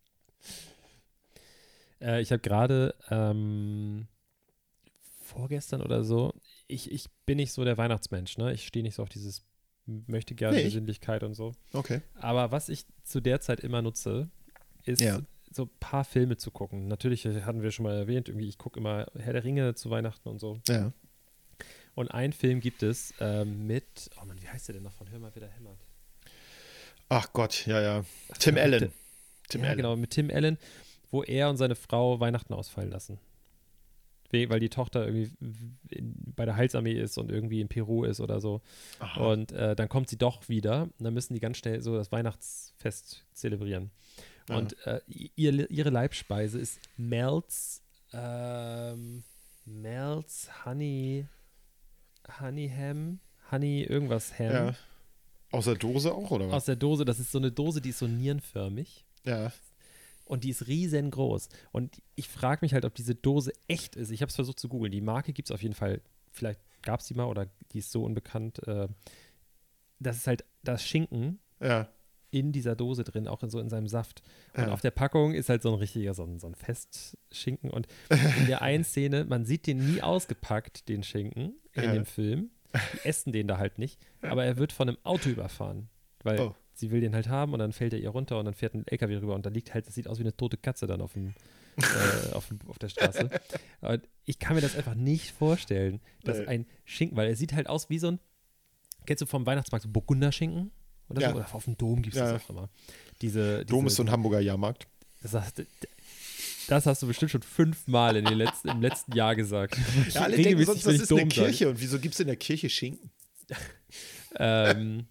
Äh, ich habe gerade ähm, vorgestern oder so, ich, ich bin nicht so der Weihnachtsmensch, ne? Ich stehe nicht so auf dieses möchte gerne Nee. Besinnlichkeit und so. Okay. Aber was ich zu der Zeit immer nutze, ist Ja. so ein paar Filme zu gucken. Natürlich hatten wir schon mal erwähnt, irgendwie, ich gucke immer Herr der Ringe zu Weihnachten und so. Ja. Und einen Film gibt es ähm, mit, oh Mann, wie heißt der denn noch von Hör mal, wer da hämmert? Ach Gott, ja, ja. Tim Allen. Tim ja, Allen. genau, mit Tim Allen, wo er und seine Frau Weihnachten ausfallen lassen. We- Weil die Tochter irgendwie in, bei der Heilsarmee ist und irgendwie in Peru ist oder so. Aha. Und äh, dann kommt sie doch wieder und dann müssen die ganz schnell so das Weihnachtsfest zelebrieren. Ja. Und äh, ihr, ihre Leibspeise ist Mel's ähm, Mel's Honey, Honey Ham, Honey irgendwas Ham. Ja. Aus der Dose auch, oder was? Aus der Dose, das ist so eine Dose, die ist so nierenförmig. Ja. Und die ist riesengroß. Und ich frage mich halt, ob diese Dose echt ist. Ich habe es versucht zu googeln. Die Marke gibt es auf jeden Fall. Vielleicht gab es die mal oder die ist so unbekannt. Äh, das ist halt das Schinken Ja. in dieser Dose drin, auch in, so in seinem Saft. Und Ja. auf der Packung ist halt so ein richtiger, so ein, so ein Festschinken. Und in der einen Szene, man sieht den nie ausgepackt, den Schinken, in Ja. dem Film. Die essen den da halt nicht. Aber er wird von einem Auto überfahren. Weil Oh. sie will den halt haben und dann fällt er ihr runter und dann fährt ein L K W rüber und da liegt halt, das sieht aus wie eine tote Katze dann auf, dem, äh, auf, dem, auf der Straße. Aber ich kann mir das einfach nicht vorstellen, dass Nee. ein Schinken, weil er sieht halt aus wie so ein, kennst du vom Weihnachtsmarkt so Burgunderschinken? Oder Ja. so? Oder auf dem Dom gibt es Ja. das auch immer. Diese, Dom diese, ist so ein Hamburger Jahrmarkt. das, hast, das hast du bestimmt schon fünfmal in den letzten, im letzten Jahr gesagt. Ja, alle Regelmäßig, denken sonst, wenn das ich ist eine Dom sage. Kirche. Und wieso gibt es in der Kirche Schinken? Ähm,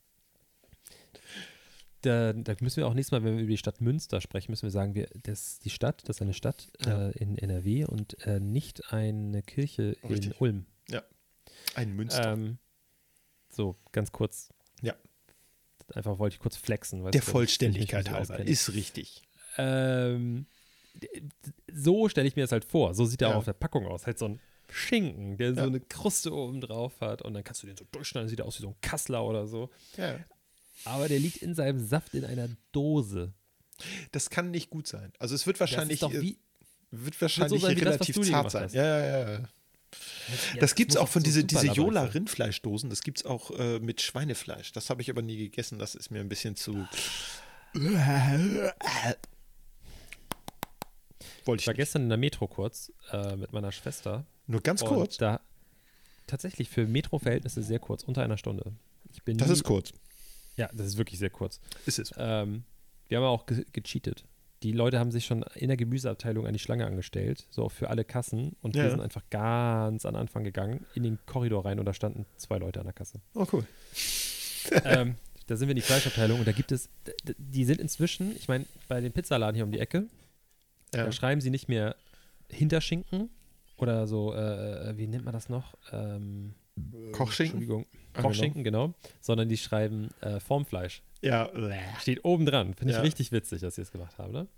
da, da müssen wir auch nächstes Mal, wenn wir über die Stadt Münster sprechen, müssen wir sagen, wir, das, die Stadt, das ist eine Stadt Ja. äh, in N R W und äh, nicht eine Kirche in Richtig. Ulm. Ein Münster. Ähm, so, ganz kurz. Ja. Einfach wollte ich kurz flexen. weißt der du, weil ich mich Vollständigkeit nicht so halber. auskenne. Ist richtig. Ähm, d- so stelle ich mir das halt vor. So sieht er Ja. auch auf der Packung aus. Halt so ein Schinken, der so Ja. eine Kruste oben drauf hat und dann kannst du den so durchschneiden, sieht er aus wie so ein Kassler oder so. Ja. Aber der liegt in seinem Saft in einer Dose. Das kann nicht gut sein. Also es wird Das wahrscheinlich, ist doch wie, wird wahrscheinlich sein wie das, was relativ du dir zart gemacht sein. hast. Ja, ja, ja. Ja, Das gibt es muss auch von so diese, super diese labberig sein. Jola-Rindfleischdosen, das gibt es auch äh, mit Schweinefleisch. Das habe ich aber nie gegessen, das ist mir ein bisschen zu. Wollte Ich ich war nicht. gestern in der Metro kurz äh, mit meiner Schwester. Nur ganz und kurz. Da tatsächlich für Metro-Verhältnisse sehr kurz, unter einer Stunde. Ich bin Das nie, ist kurz. Ja, das ist wirklich sehr kurz. Ist es. Ähm, wir haben auch ge gecheatet. Die Leute haben sich schon in der Gemüseabteilung an die Schlange angestellt, so auch für alle Kassen. Und Ja. wir sind einfach ganz an Anfang gegangen, in den Korridor rein und da standen zwei Leute an der Kasse. Oh, cool. ähm, da sind wir in die Fleischabteilung und da gibt es, d- d- die sind inzwischen, ich meine, bei dem Pizzaladen hier um die Ecke, Ja. da schreiben sie nicht mehr Hinterschinken oder so, äh, wie nennt man das noch? Ähm, Kochschinken? Entschuldigung, Ah, Kochschinken, genau. Sondern die schreiben äh, Formfleisch. Ja. Steht oben dran. Finde ich Ja. richtig witzig, dass sie es gemacht haben. Ne?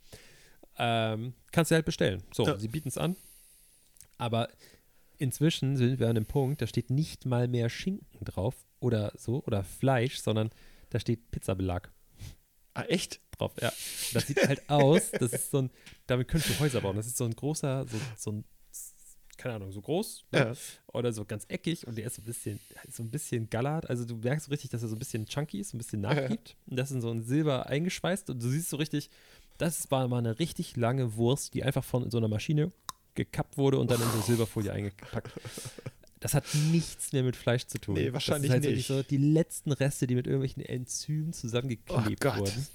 Ähm, kannst du halt bestellen. So, Ja. sie bieten es an. Aber inzwischen sind wir an einem Punkt, da steht nicht mal mehr Schinken drauf oder so oder Fleisch, sondern da steht Pizzabelag Ah, echt? drauf. Ja. Das sieht halt aus, das ist so ein, damit könntest du Häuser bauen. Das ist so ein großer, so, so ein, keine Ahnung, so groß ne? Ja. oder so ganz eckig und der ist so ein bisschen, so ein bisschen gallert. Also du merkst so richtig, dass er so ein bisschen chunky ist, so ein bisschen nachgibt. Und das ist in so ein Silber eingeschweißt und du siehst so richtig, das war mal eine richtig lange Wurst, die einfach von so einer Maschine gekappt wurde und dann in so Silberfolie eingepackt. Das hat nichts mehr mit Fleisch zu tun. Nee, wahrscheinlich das ist halt nicht. wirklich so die letzten Reste, die mit irgendwelchen Enzymen zusammengeklebt Oh Gott. wurden.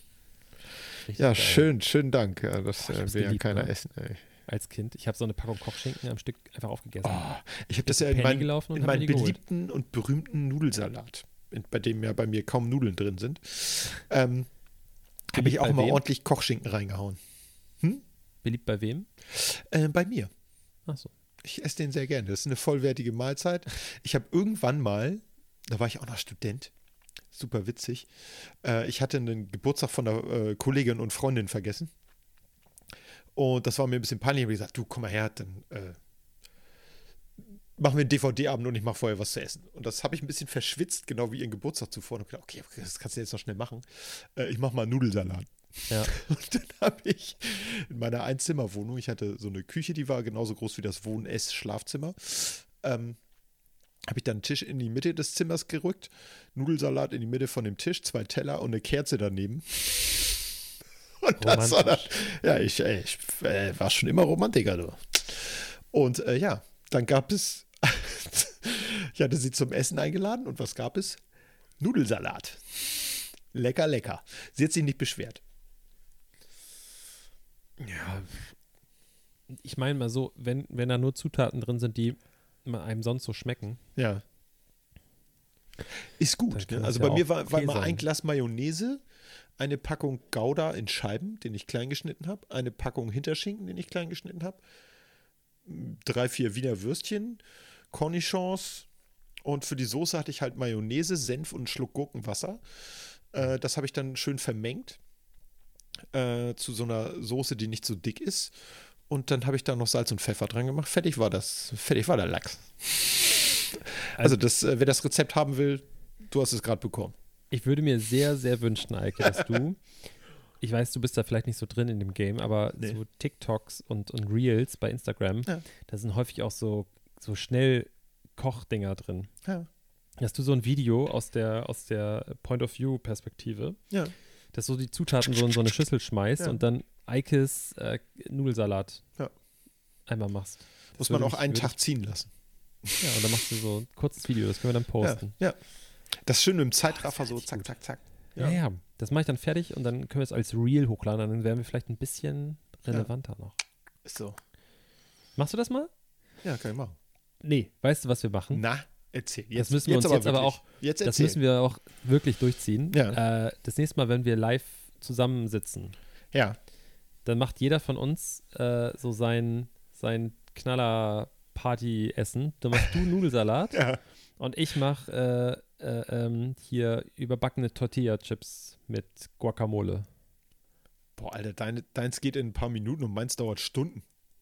Richtig Ja, geil. schön, schönen Dank. Ja, das Boah, ich äh, hab's will ja geliebt, keiner ne? essen. Ey. Als Kind. Ich habe so eine Packung Kochschinken am Stück einfach aufgegessen. Oh, ich habe das zu ja in, Penny mein, gelaufen und in hab mir meinen die geholt. beliebten und berühmten Nudelsalat, in, bei dem ja bei mir kaum Nudeln drin sind, ähm, habe Beliebt ich auch bei mal wem? ordentlich Kochschinken reingehauen. Beliebt bei wem? Äh, bei mir. Achso. Ich esse den sehr gerne. Das ist eine vollwertige Mahlzeit. Ich habe irgendwann mal, da war ich auch noch Student, super witzig, äh, ich hatte einen Geburtstag von einer äh, Kollegin und Freundin vergessen. Und das war mir ein bisschen peinlich. Ich habe gesagt, du, komm mal her, dann äh, machen wir einen D V D-Abend und ich mache vorher was zu essen. Und das habe ich ein bisschen verschwitzt, genau wie ihren Geburtstag zuvor. Und habe gedacht, okay, okay, das kannst du jetzt noch schnell machen. Äh, ich mache mal einen Nudelsalat. Ja. Und dann habe ich in meiner Einzimmerwohnung, ich hatte so eine Küche, die war genauso groß wie das Wohn-Ess-Schlafzimmer, ähm, habe ich dann einen Tisch in die Mitte des Zimmers gerückt, Nudelsalat in die Mitte von dem Tisch, zwei Teller und eine Kerze daneben. Und das war dann, ja, ich, ey, ich äh, war schon immer Romantiker, du. Und äh, ja, dann gab es, ich hatte sie zum Essen eingeladen und was gab es? Nudelsalat. Lecker, lecker. Sie hat sich nicht beschwert. Ja. Ich meine mal so, wenn, wenn da nur Zutaten drin sind, die einem sonst so schmecken. Ja. Ist Dann gut. kann Ne? das Also ja bei mir auch war, war okay mal sein. ein Glas Mayonnaise, eine Packung Gouda in Scheiben, den ich klein geschnitten habe, eine Packung Hinterschinken, den ich klein geschnitten habe, drei, vier Wiener Würstchen, Cornichons und für die Soße hatte ich halt Mayonnaise, Senf und einen Schluck Gurkenwasser. Äh, das habe ich dann schön vermengt äh, zu so einer Soße, die nicht so dick ist. Und dann habe ich da noch Salz und Pfeffer dran gemacht. Fertig war das. Fertig war der Lachs. Also, das, äh, wer das Rezept haben will, du hast es gerade bekommen. Ich würde mir sehr, sehr wünschen, Eike, dass du, ich weiß, du bist da vielleicht nicht so drin in dem Game, aber Nee. so TikToks und, und Reels bei Instagram, Ja. da sind häufig auch so, so schnell Kochdinger drin. Ja. Hast du so ein Video aus der, aus der Point-of-View-Perspektive, Ja. dass du die Zutaten so in so eine Schüssel schmeißt Ja. und dann Eikes äh, Nudelsalat Ja. einmal machst. Das Muss man würde auch mich- einen würde Tag ziehen lassen. ich- Ja, und dann machst du so ein kurzes Video, das können wir dann posten. Ja. ja. Das schön im Zeitraffer so zack, zack, zack. Ja, ja, das mache ich dann fertig und dann können wir es als Reel hochladen, dann wären wir vielleicht ein bisschen relevanter noch. Ist so. Machst du das mal? Ja, kann ich machen. Nee, weißt du, was wir machen? Na, erzähl. Jetzt, Hm? Das müssen wir uns jetzt aber wirklich. auch- Jetzt Das erzähl. müssen wir auch wirklich durchziehen. Ja. Äh, das nächste Mal, wenn wir live zusammensitzen, Ja. dann macht jeder von uns äh, so sein, sein Knaller-Party-Essen. Dann machst du Nudelsalat Ja. und ich mache äh, äh, ähm, hier überbackene Tortilla-Chips mit Guacamole. Boah, Alter, deine, deins geht in ein paar Minuten und meins dauert Stunden.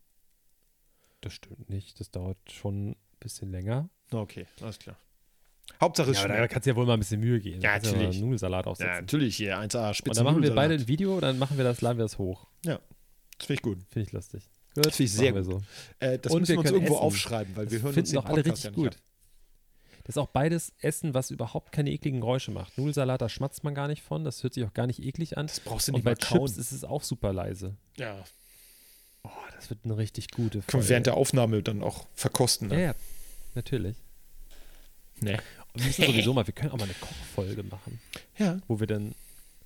Das stimmt nicht, das dauert schon ein bisschen länger. Na, okay, alles klar. Hauptsache es Ja, aber da schmeckt. kannst du ja wohl mal ein bisschen Mühe geben. Ja, Da kannst du natürlich. mal einen Nudelsalat Ja, aufsetzen. natürlich, hier eins A, und Spitze dann machen wir beide Nudelsalat. ein Video, dann machen wir das, laden wir das hoch. Das finde ich gut. Finde ich lustig. Gut, Das finde ich sehr machen wir gut. so. Äh, das Und müssen wir wir uns können irgendwo essen. aufschreiben, weil Das wir hören uns finden den auch alle Podcast richtig ja nicht gut. Das ist auch beides Essen, was überhaupt keine ekligen Geräusche macht. Nudelsalat, da schmatzt man gar nicht von, das hört sich auch gar nicht eklig an. Das brauchst du Und nicht bei mal kauen. Chips ist es auch super leise. Ja. Oh, das wird eine richtig gute Können wir Folge. während der Aufnahme dann auch verkosten. Ja, Ne? ja, natürlich. Nee. Und wir müssen sowieso mal, wir können auch mal eine Kochfolge machen, Ja. wo wir dann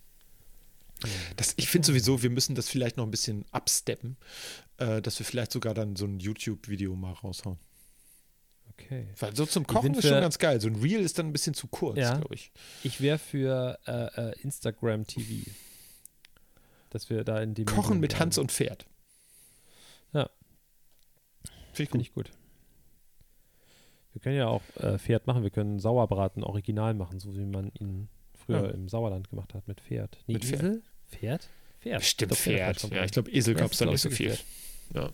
Das, ich finde sowieso, wir müssen das vielleicht noch ein bisschen absteppen, äh, dass wir vielleicht sogar dann so ein YouTube-Video mal raushauen. okay. Weil so zum Ich Kochen bin ist schon für- ganz geil. So ein Reel ist dann ein bisschen zu kurz, Ja. glaube ich. Ich wäre für äh, äh, Instagram T V. Dass wir da in dem Kochen Medium mit Hans bleiben. und Pferd. Ja. Finde ich Finde gut. ich gut. Wir können ja auch äh, Pferd machen, wir können Sauerbraten original machen, so wie man ihn früher Ja. im Sauerland gemacht hat mit Pferd. Nee, Mit Pferd. Esel? Pferd? Pferd. Bestimmt Doch, Pferd. kommt Ja, rein. ich glaube, Esel Ja, gab es da glaub nicht so ich, viel. wirklich Ja.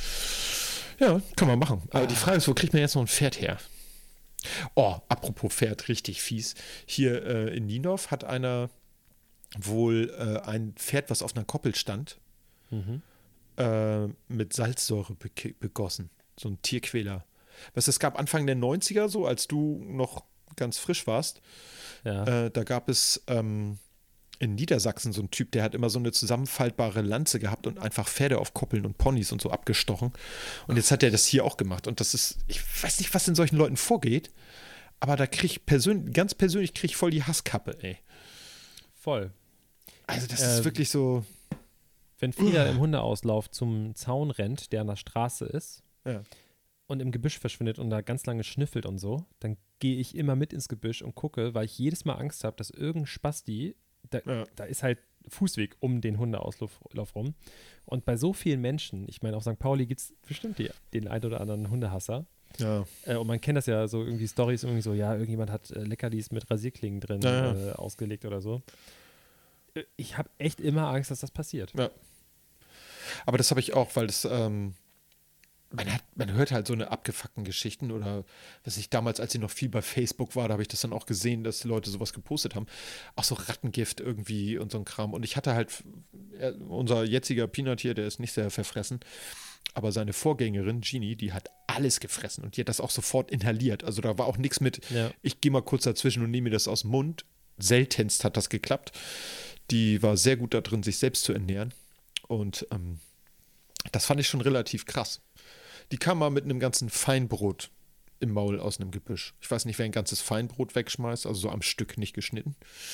Ja, kann man machen. Aber die Frage ist, wo kriegt man jetzt noch ein Pferd her? Oh, apropos Pferd, richtig fies. Hier äh, in Niendorf hat einer wohl äh, ein Pferd, was auf einer Koppel stand, Mhm. äh, mit Salzsäure beke- begossen. So ein Tierquäler. Weißt du, es gab Anfang der neunziger so, als du noch ganz frisch warst, Ja. äh, da gab es ähm, in Niedersachsen so einen Typ, der hat immer so eine zusammenfaltbare Lanze gehabt und einfach Pferde auf Koppeln und Ponys und so abgestochen. Und jetzt hat er das hier auch gemacht. Und das ist, ich weiß nicht, was in solchen Leuten vorgeht, aber da kriege ich persönlich, ganz persönlich kriege ich voll die Hasskappe, ey. Voll. Also das Ähm, ist wirklich so, Wenn Frieda im Hundeauslauf zum Zaun rennt, der an der Straße ist, ja. und im Gebüsch verschwindet und da ganz lange schnüffelt und so, dann gehe ich immer mit ins Gebüsch und gucke, weil ich jedes Mal Angst habe, dass irgendein Spasti, da, Ja. da ist halt Fußweg um den Hundeauslauf Lauf rum. Und bei so vielen Menschen, ich meine, auf Sankt Pauli gibt es bestimmt die, den einen oder anderen Hundehasser. Ja. Äh, und man kennt das ja so irgendwie Storys, irgendwie so, ja, irgendjemand hat äh, Leckerlis mit Rasierklingen drin Ja, ja. äh, ausgelegt oder so. Äh, Ich habe echt immer Angst, dass das passiert. Ja. Aber das habe ich auch, weil das, ähm, man, hat, man hört halt so eine abgefuckten Geschichten oder was ich damals, als ich noch viel bei Facebook war, da habe ich das dann auch gesehen, dass die Leute sowas gepostet haben. Auch so Rattengift irgendwie und so ein Kram. Und ich hatte halt, äh, unser jetziger Peanut hier, der ist nicht sehr verfressen, aber seine Vorgängerin, Jeannie, die hat alles gefressen und die hat das auch sofort inhaliert. Also da war auch nichts mit, Ja. ich gehe mal kurz dazwischen und nehme mir das aus dem Mund. Seltenst hat das geklappt. Die war sehr gut da drin, sich selbst zu ernähren. Und ähm, das fand ich schon relativ krass. Die kam mal mit einem ganzen Feinbrot im Maul aus einem Gebüsch. Ich weiß nicht, wer ein ganzes Feinbrot wegschmeißt, also so am Stück nicht geschnitten.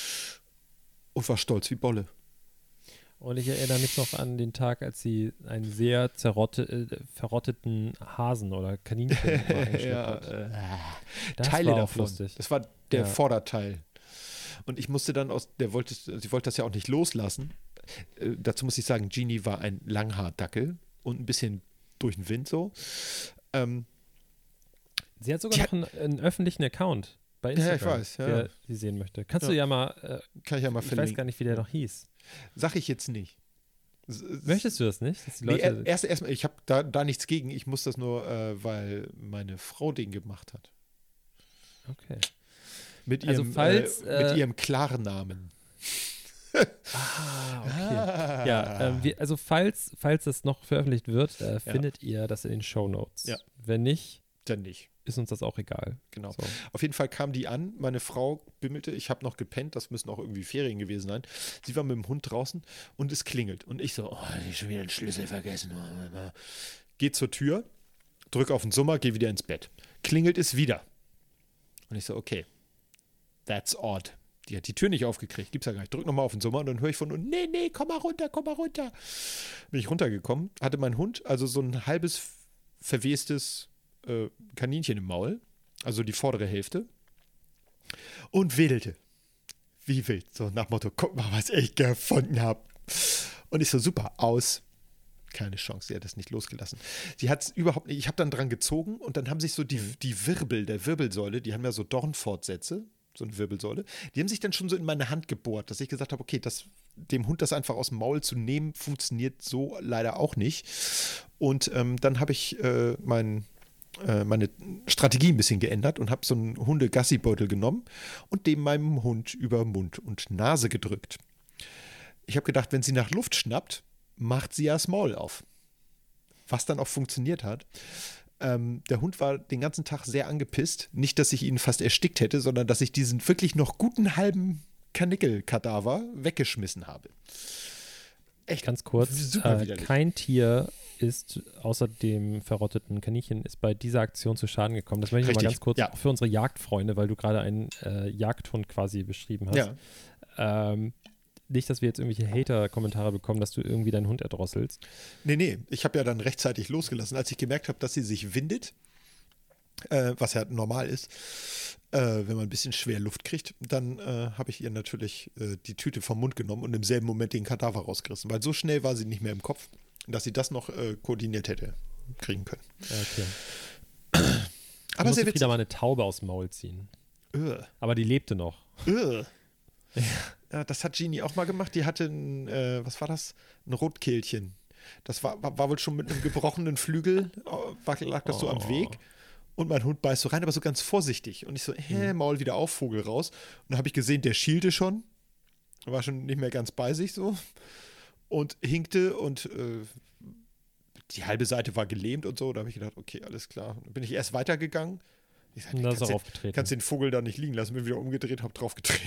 Und war stolz wie Bolle. Und ich erinnere mich noch an den Tag, als sie einen sehr zerrotte, äh, verrotteten Hasen oder Kaninchen mal eingeschleppt hat. äh, Das Teile war auch davon. lustig. Das war der Ja. Vorderteil. Und ich musste dann aus, der wollte, sie wollte das ja auch nicht loslassen. Äh, dazu muss ich sagen, Jeannie war ein Langhaardackel und ein bisschen durch den Wind so. Ähm, Sie hat sogar Die noch einen, einen öffentlichen Account bei Instagram, Ja, ich weiß, ja. wer sie sehen möchte. Kannst Ja. du ja mal, äh, kann ich ja mal ich verlinken. weiß gar nicht, wie der noch hieß. Sag ich jetzt nicht. S- s- Möchtest du das nicht? Dass die Nee, Leute, er- erst erstmal, ich habe da, da nichts gegen. Ich muss das nur, äh, weil meine Frau den gemacht hat. okay. Mit Also ihrem, falls, äh, mit äh, ihrem Klarnamen. Ah, okay. Ah. Ja, ähm, wir, also falls, falls das noch veröffentlicht wird, äh, findet ihr das in den Shownotes. Ja. Wenn nicht, Dann nicht. ist uns das auch egal. Genau. So. Auf jeden Fall kam die an, meine Frau bimmelte, ich habe noch gepennt, das müssen auch irgendwie Ferien gewesen sein. Sie war mit dem Hund draußen und es klingelt. Und ich so, oh, ich hab schon wieder den Schlüssel vergessen. Geh zur Tür, drück auf den Summer, geh wieder ins Bett. Klingelt es wieder. Und ich so, okay, that's odd. Die hat die Tür nicht aufgekriegt, gibt's ja gar nicht. Drück nochmal auf den Summer und dann höre ich von unten, nee, nee, komm mal runter, komm mal runter. Bin ich runtergekommen, hatte mein Hund also so ein halbes verwestes äh, Kaninchen im Maul, also die vordere Hälfte, und wedelte. Wie wild, so nach Motto, guck mal, was ich gefunden habe. Und ich so, super, aus. Keine Chance, sie hat es nicht losgelassen. Sie hat es überhaupt nicht, ich habe dann dran gezogen und dann haben sich so die, die Wirbel der Wirbelsäule, die haben ja so Dornfortsätze, so eine Wirbelsäule, die haben sich dann schon so in meine Hand gebohrt, dass ich gesagt habe, okay, das, dem Hund das einfach aus dem Maul zu nehmen, funktioniert so leider auch nicht. Und ähm, dann habe ich äh, mein, äh, meine Strategie ein bisschen geändert und habe so einen Hunde-Gassi-Beutel genommen und dem meinem Hund über Mund und Nase gedrückt. Ich habe gedacht, wenn sie nach Luft schnappt, macht sie ja das Maul auf. Was dann auch funktioniert hat. Ähm, der Hund war den ganzen Tag sehr angepisst. Nicht, dass ich ihn fast erstickt hätte, sondern dass ich diesen wirklich noch guten halben Kanickel-Kadaver weggeschmissen habe. Echt Ganz kurz, super äh, widerlich. kein Tier ist außer dem verrotteten Kaninchen ist bei dieser Aktion zu Schaden gekommen. Das möchte ich nochmal Richtig, ganz kurz ja. auch für unsere Jagdfreunde, weil du gerade einen äh, Jagdhund quasi beschrieben hast. Ja. Ähm, nicht, dass wir jetzt irgendwelche Hater-Kommentare bekommen, dass du irgendwie deinen Hund erdrosselst. Nee, nee, ich habe ja dann rechtzeitig losgelassen. Als ich gemerkt habe, dass sie sich windet, äh, was ja normal ist, äh, wenn man ein bisschen schwer Luft kriegt, dann äh, habe ich ihr natürlich äh, die Tüte vom Mund genommen und im selben Moment den Kadaver rausgerissen, weil so schnell war sie nicht mehr im Kopf, dass sie das noch äh, koordiniert hätte kriegen können. Okay. Aber musste sehr Frieda witzig. mal eine Taube aus dem Maul ziehen. Äh, Aber die lebte noch. äh. Ja, das hat Genie auch mal gemacht. Die hatte ein, äh, was war das? Ein Rotkehlchen. Das war, war, war wohl schon mit einem gebrochenen Flügel, äh, war, lag das so am Oh. Weg. Und mein Hund beißt so rein, aber so ganz vorsichtig. Und ich so, hä, Maul wieder auf, Vogel raus. Und dann habe ich gesehen, der schielte schon. War schon nicht mehr ganz bei sich so. Und hinkte und äh, die halbe Seite war gelähmt und so. Da habe ich gedacht, okay, alles klar. Dann bin ich erst weitergegangen. Ich sag, Und da ist kannst, er den, aufgetreten. kannst den Vogel da nicht liegen lassen. Bin wieder umgedreht, hab draufgetreten.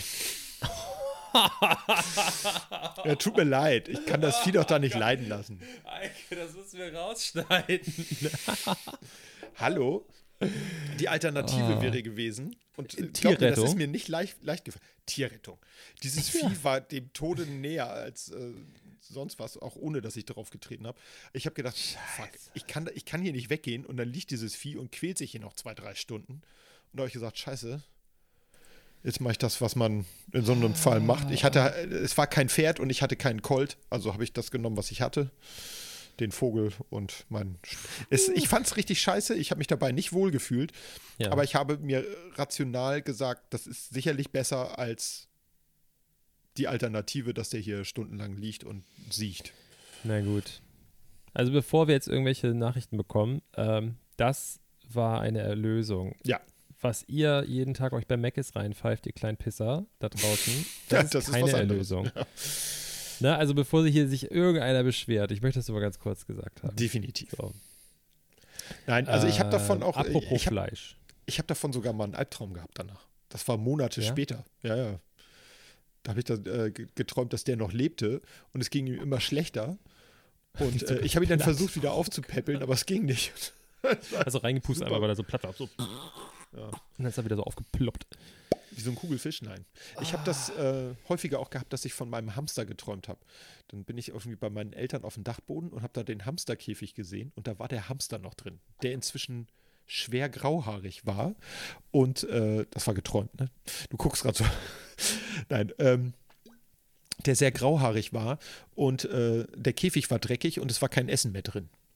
Ja, tut mir leid. Ich kann das Vieh doch da nicht leiden lassen. Eike, das müssen wir rausschneiden. Hallo? Die Alternative Ah. wäre gewesen. Und äh, glaub mir, das Tierrettung? ist mir nicht leicht, leicht gefallen. Tierrettung. Dieses Ja. Vieh war dem Tode näher als äh, sonst was, auch ohne, dass ich drauf getreten habe. Ich habe gedacht, fuck, ich kann, ich kann hier nicht weggehen und dann liegt dieses Vieh und quält sich hier noch zwei, drei Stunden. Und da habe ich gesagt, scheiße, jetzt mache ich das, was man in so einem Fall macht. Ich hatte, es war kein Pferd und ich hatte keinen Colt, also habe ich das genommen, was ich hatte. Den Vogel und mein. Es, ich fand es richtig scheiße, ich habe mich dabei nicht wohl gefühlt, Ja. aber ich habe mir rational gesagt, das ist sicherlich besser als die Alternative, dass der hier stundenlang liegt und siecht. Na gut. Also bevor wir jetzt irgendwelche Nachrichten bekommen, ähm, das war eine Erlösung. Ja. Was ihr jeden Tag euch bei Mc's reinpfeift, ihr kleinen Pisser da draußen, das Ja, ist das ist keine was anderes. Erlösung. Na, also bevor sich hier sich irgendeiner beschwert, ich möchte das aber ganz kurz gesagt haben. Definitiv. So. Nein, also ich habe davon auch. Apropos ich habe Fleisch. ich hab davon sogar mal einen Albtraum gehabt danach. Das war Monate Ja? später. Ja, ja. Da habe ich da, äh, ge- geträumt, dass der noch lebte und es ging ihm immer schlechter. Und Liegt so äh, ich habe ihn dann platt. versucht, wieder aufzupäppeln, aber es ging nicht. Also reingepustet Super. einmal, weil er so platt war. So. Ja. Und dann ist er wieder so aufgeploppt. Wie so ein Kugelfisch, nein. Ich habe das äh, häufiger auch gehabt, dass ich von meinem Hamster geträumt habe. Dann bin ich irgendwie bei meinen Eltern auf dem Dachboden und habe da den Hamsterkäfig gesehen und da war der Hamster noch drin, der inzwischen schwer grauhaarig war und äh, das war geträumt, ne? Du guckst gerade so. Nein, ähm, der sehr grauhaarig war und äh, der Käfig war dreckig und es war kein Essen mehr drin.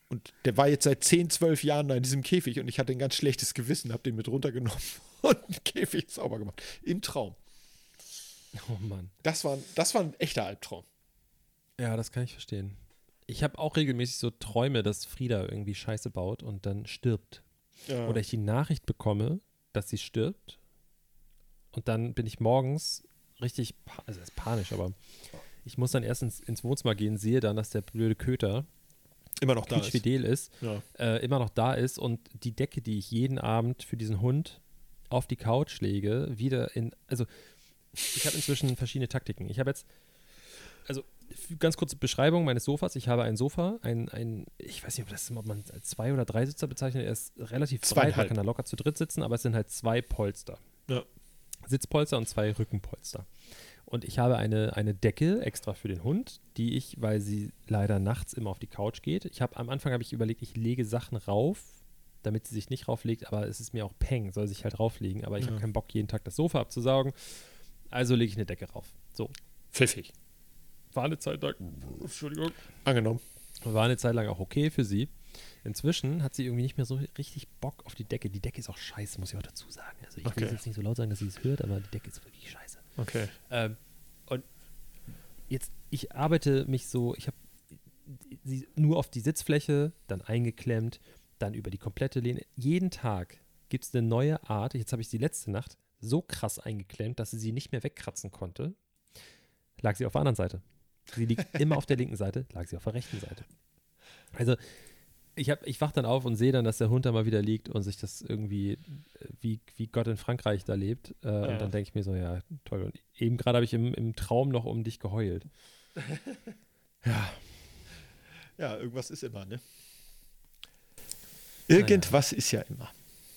Und der war jetzt seit zehn, zwölf Jahren da in diesem Käfig und ich hatte ein ganz schlechtes Gewissen, habe den mit runtergenommen und den Käfig sauber gemacht. Im Traum. Oh Mann. Das war, das war ein echter Albtraum. Ja, das kann ich verstehen. Ich habe auch regelmäßig so Träume, dass Frieda irgendwie Scheiße baut und dann stirbt. Ja. Oder ich die Nachricht bekomme, dass sie stirbt. Und dann bin ich morgens richtig, pa- also das ist panisch, aber ich muss dann erst ins, ins Wohnzimmer gehen, sehe dann, dass der blöde Köter Immer noch da ist. quietschfidel ist, Ja. äh, immer noch da ist und die Decke, die ich jeden Abend für diesen Hund auf die Couch lege, wieder in, also ich habe inzwischen verschiedene Taktiken. Ich habe jetzt, also f- ganz kurze Beschreibung meines Sofas. Ich habe ein Sofa, ein, ein ich weiß nicht, ob, das, ob man als Zwei- oder Dreisitzer bezeichnet. Er ist relativ breit, man Zweieinhalb. kann da locker zu dritt sitzen, aber es sind halt zwei Polster. Ja. Sitzpolster und zwei Rückenpolster. Und ich habe eine, eine Decke extra für den Hund, die ich, weil sie leider nachts immer auf die Couch geht. Ich habe am Anfang habe ich überlegt, ich lege Sachen rauf, damit sie sich nicht rauflegt, aber es ist mir auch Peng, soll sich halt rauflegen. Aber ich Ja. habe keinen Bock, jeden Tag das Sofa abzusaugen. Also lege ich eine Decke rauf. So. Pfiffig. War eine Zeit lang, Entschuldigung. Angenommen. War eine Zeit lang auch okay für sie. Inzwischen hat sie irgendwie nicht mehr so richtig Bock auf die Decke. Die Decke ist auch scheiße, muss ich auch dazu sagen. Also ich Okay. will jetzt nicht so laut sagen, dass sie es hört, aber die Decke ist wirklich scheiße. Okay. Ähm, und jetzt, ich arbeite mich so, ich habe sie nur auf die Sitzfläche, dann eingeklemmt, dann über die komplette Lehne. Jeden Tag gibt es eine neue Art. Jetzt habe ich sie letzte Nacht so krass eingeklemmt, dass sie sie nicht mehr wegkratzen konnte. Lag sie auf der anderen Seite. Sie liegt immer auf der linken Seite, lag sie auf der rechten Seite. Also ich, hab, ich wach dann auf und sehe dann, dass der Hund da mal wieder liegt und sich das irgendwie, äh, wie, wie Gott in Frankreich da lebt. Äh, Ja. Und dann denke ich mir so, ja, toll. Und eben gerade habe ich im, im Traum noch um dich geheult. Ja. Ja, irgendwas ist immer, ne? Irgendwas ist ja immer.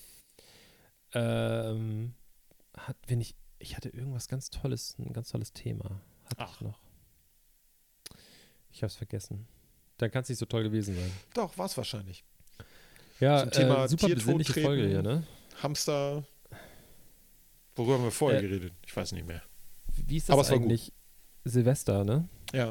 Ähm, hat, wenn ich, ich hatte irgendwas ganz Tolles, ein ganz tolles Thema. Hatte Ach. ich noch. Ich habe es vergessen. Dann kann es nicht so toll gewesen sein. Doch, war es wahrscheinlich. Ja, Zum Thema äh, super Tiertod besinnliche treten. Folge hier, ne? Hamster. Worüber haben wir vorher Äh, geredet? Ich weiß nicht mehr. Wie ist Aber das es war gut. eigentlich? Silvester, ne? Ja.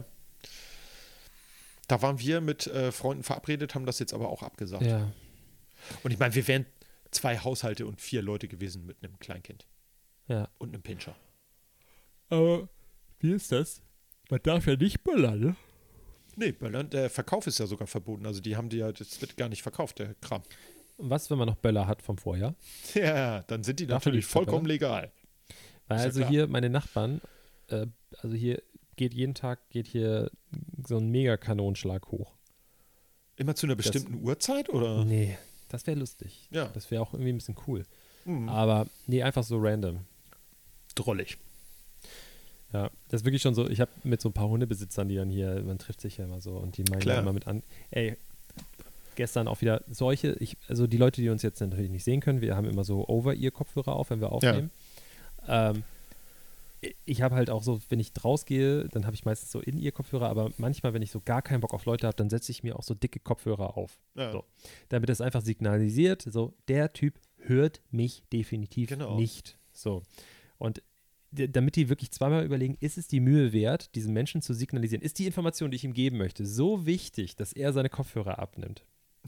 Da waren wir mit äh, Freunden verabredet, haben das jetzt aber auch abgesagt. Ja. Und ich meine, wir wären zwei Haushalte und vier Leute gewesen mit einem Kleinkind Ja. und einem Pinscher. Aber wie ist das? Man darf ja nicht böllern, ne? Nee, Böllern, der Verkauf ist ja sogar verboten. Also die haben die ja, das wird gar nicht verkauft, der Kram. Was, wenn man noch Böller hat vom Vorjahr? Ja, dann sind die Darf man natürlich nicht vollkommen verböllern? legal. Weil Ist ja also klar. hier meine Nachbarn, äh, also hier geht jeden Tag geht hier so ein Megakanonenschlag hoch. Immer zu einer bestimmten Uhrzeit, oder? Nee, das wäre lustig. Ja. Das wäre auch irgendwie ein bisschen cool. Mhm. Aber nee, einfach so random. Drollig. Ja, das ist wirklich schon so, ich habe mit so ein paar Hundebesitzern, die dann hier, man trifft sich ja immer so und die meinen Klar. ja immer mit an, ey, gestern auch wieder solche, ich, also die Leute, die uns jetzt natürlich nicht sehen können, wir haben immer so Over-Ear-Kopfhörer auf, wenn wir aufnehmen. Ähm, ich habe halt auch so, wenn ich rausgehe, dann habe ich meistens so In-Ear-Kopfhörer, aber manchmal, wenn ich so gar keinen Bock auf Leute habe, dann setze ich mir auch so dicke Kopfhörer auf. Ja. So. Damit es einfach signalisiert, so, der Typ hört mich definitiv Genau. nicht. So. Und d- damit die wirklich zweimal überlegen, ist es die Mühe wert, diesem Menschen zu signalisieren, ist die Information, die ich ihm geben möchte, so wichtig, dass er seine Kopfhörer abnimmt.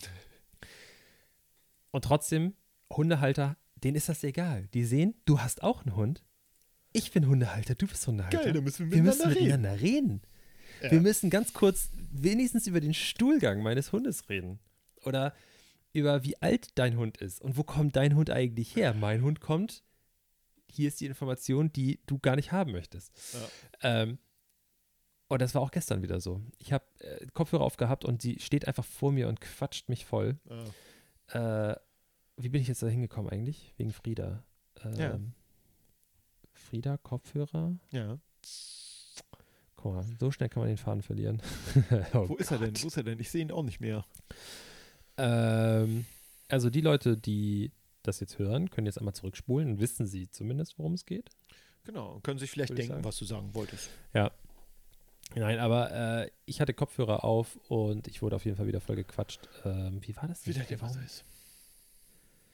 Und trotzdem, Hundehalter, denen ist das egal. Die sehen, du hast auch einen Hund. Ich bin Hundehalter, du bist Hundehalter. Geil, dann müssen wir wir müssen miteinander reden. miteinander reden. Ja. Wir müssen ganz kurz wenigstens über den Stuhlgang meines Hundes reden. Oder über wie alt dein Hund ist und wo kommt dein Hund eigentlich her. Mein Hund kommt, hier ist die Information, die du gar nicht haben möchtest. Ja. Ähm, und das war auch gestern wieder so. Ich habe äh, Kopfhörer aufgehabt und sie steht einfach vor mir und quatscht mich voll. Ja. Äh, wie bin ich jetzt da hingekommen eigentlich? Wegen Frieda. Ähm, Ja. Frieda, Kopfhörer? Ja. Guck mal, so schnell kann man den Faden verlieren. Oh Wo ist er denn? Gott. Wo ist er denn? Ich sehe ihn auch nicht mehr. Ähm, also die Leute, die das jetzt hören, können jetzt einmal zurückspulen und wissen sie zumindest, worum es geht. Genau. Und können sich vielleicht Würde ich denken, sagen. was du sagen wolltest. Ja. Nein, aber äh, ich hatte Kopfhörer auf und ich wurde auf jeden Fall wieder voll gequatscht. Ähm, wie war das denn? Wieder der Warum- was ist.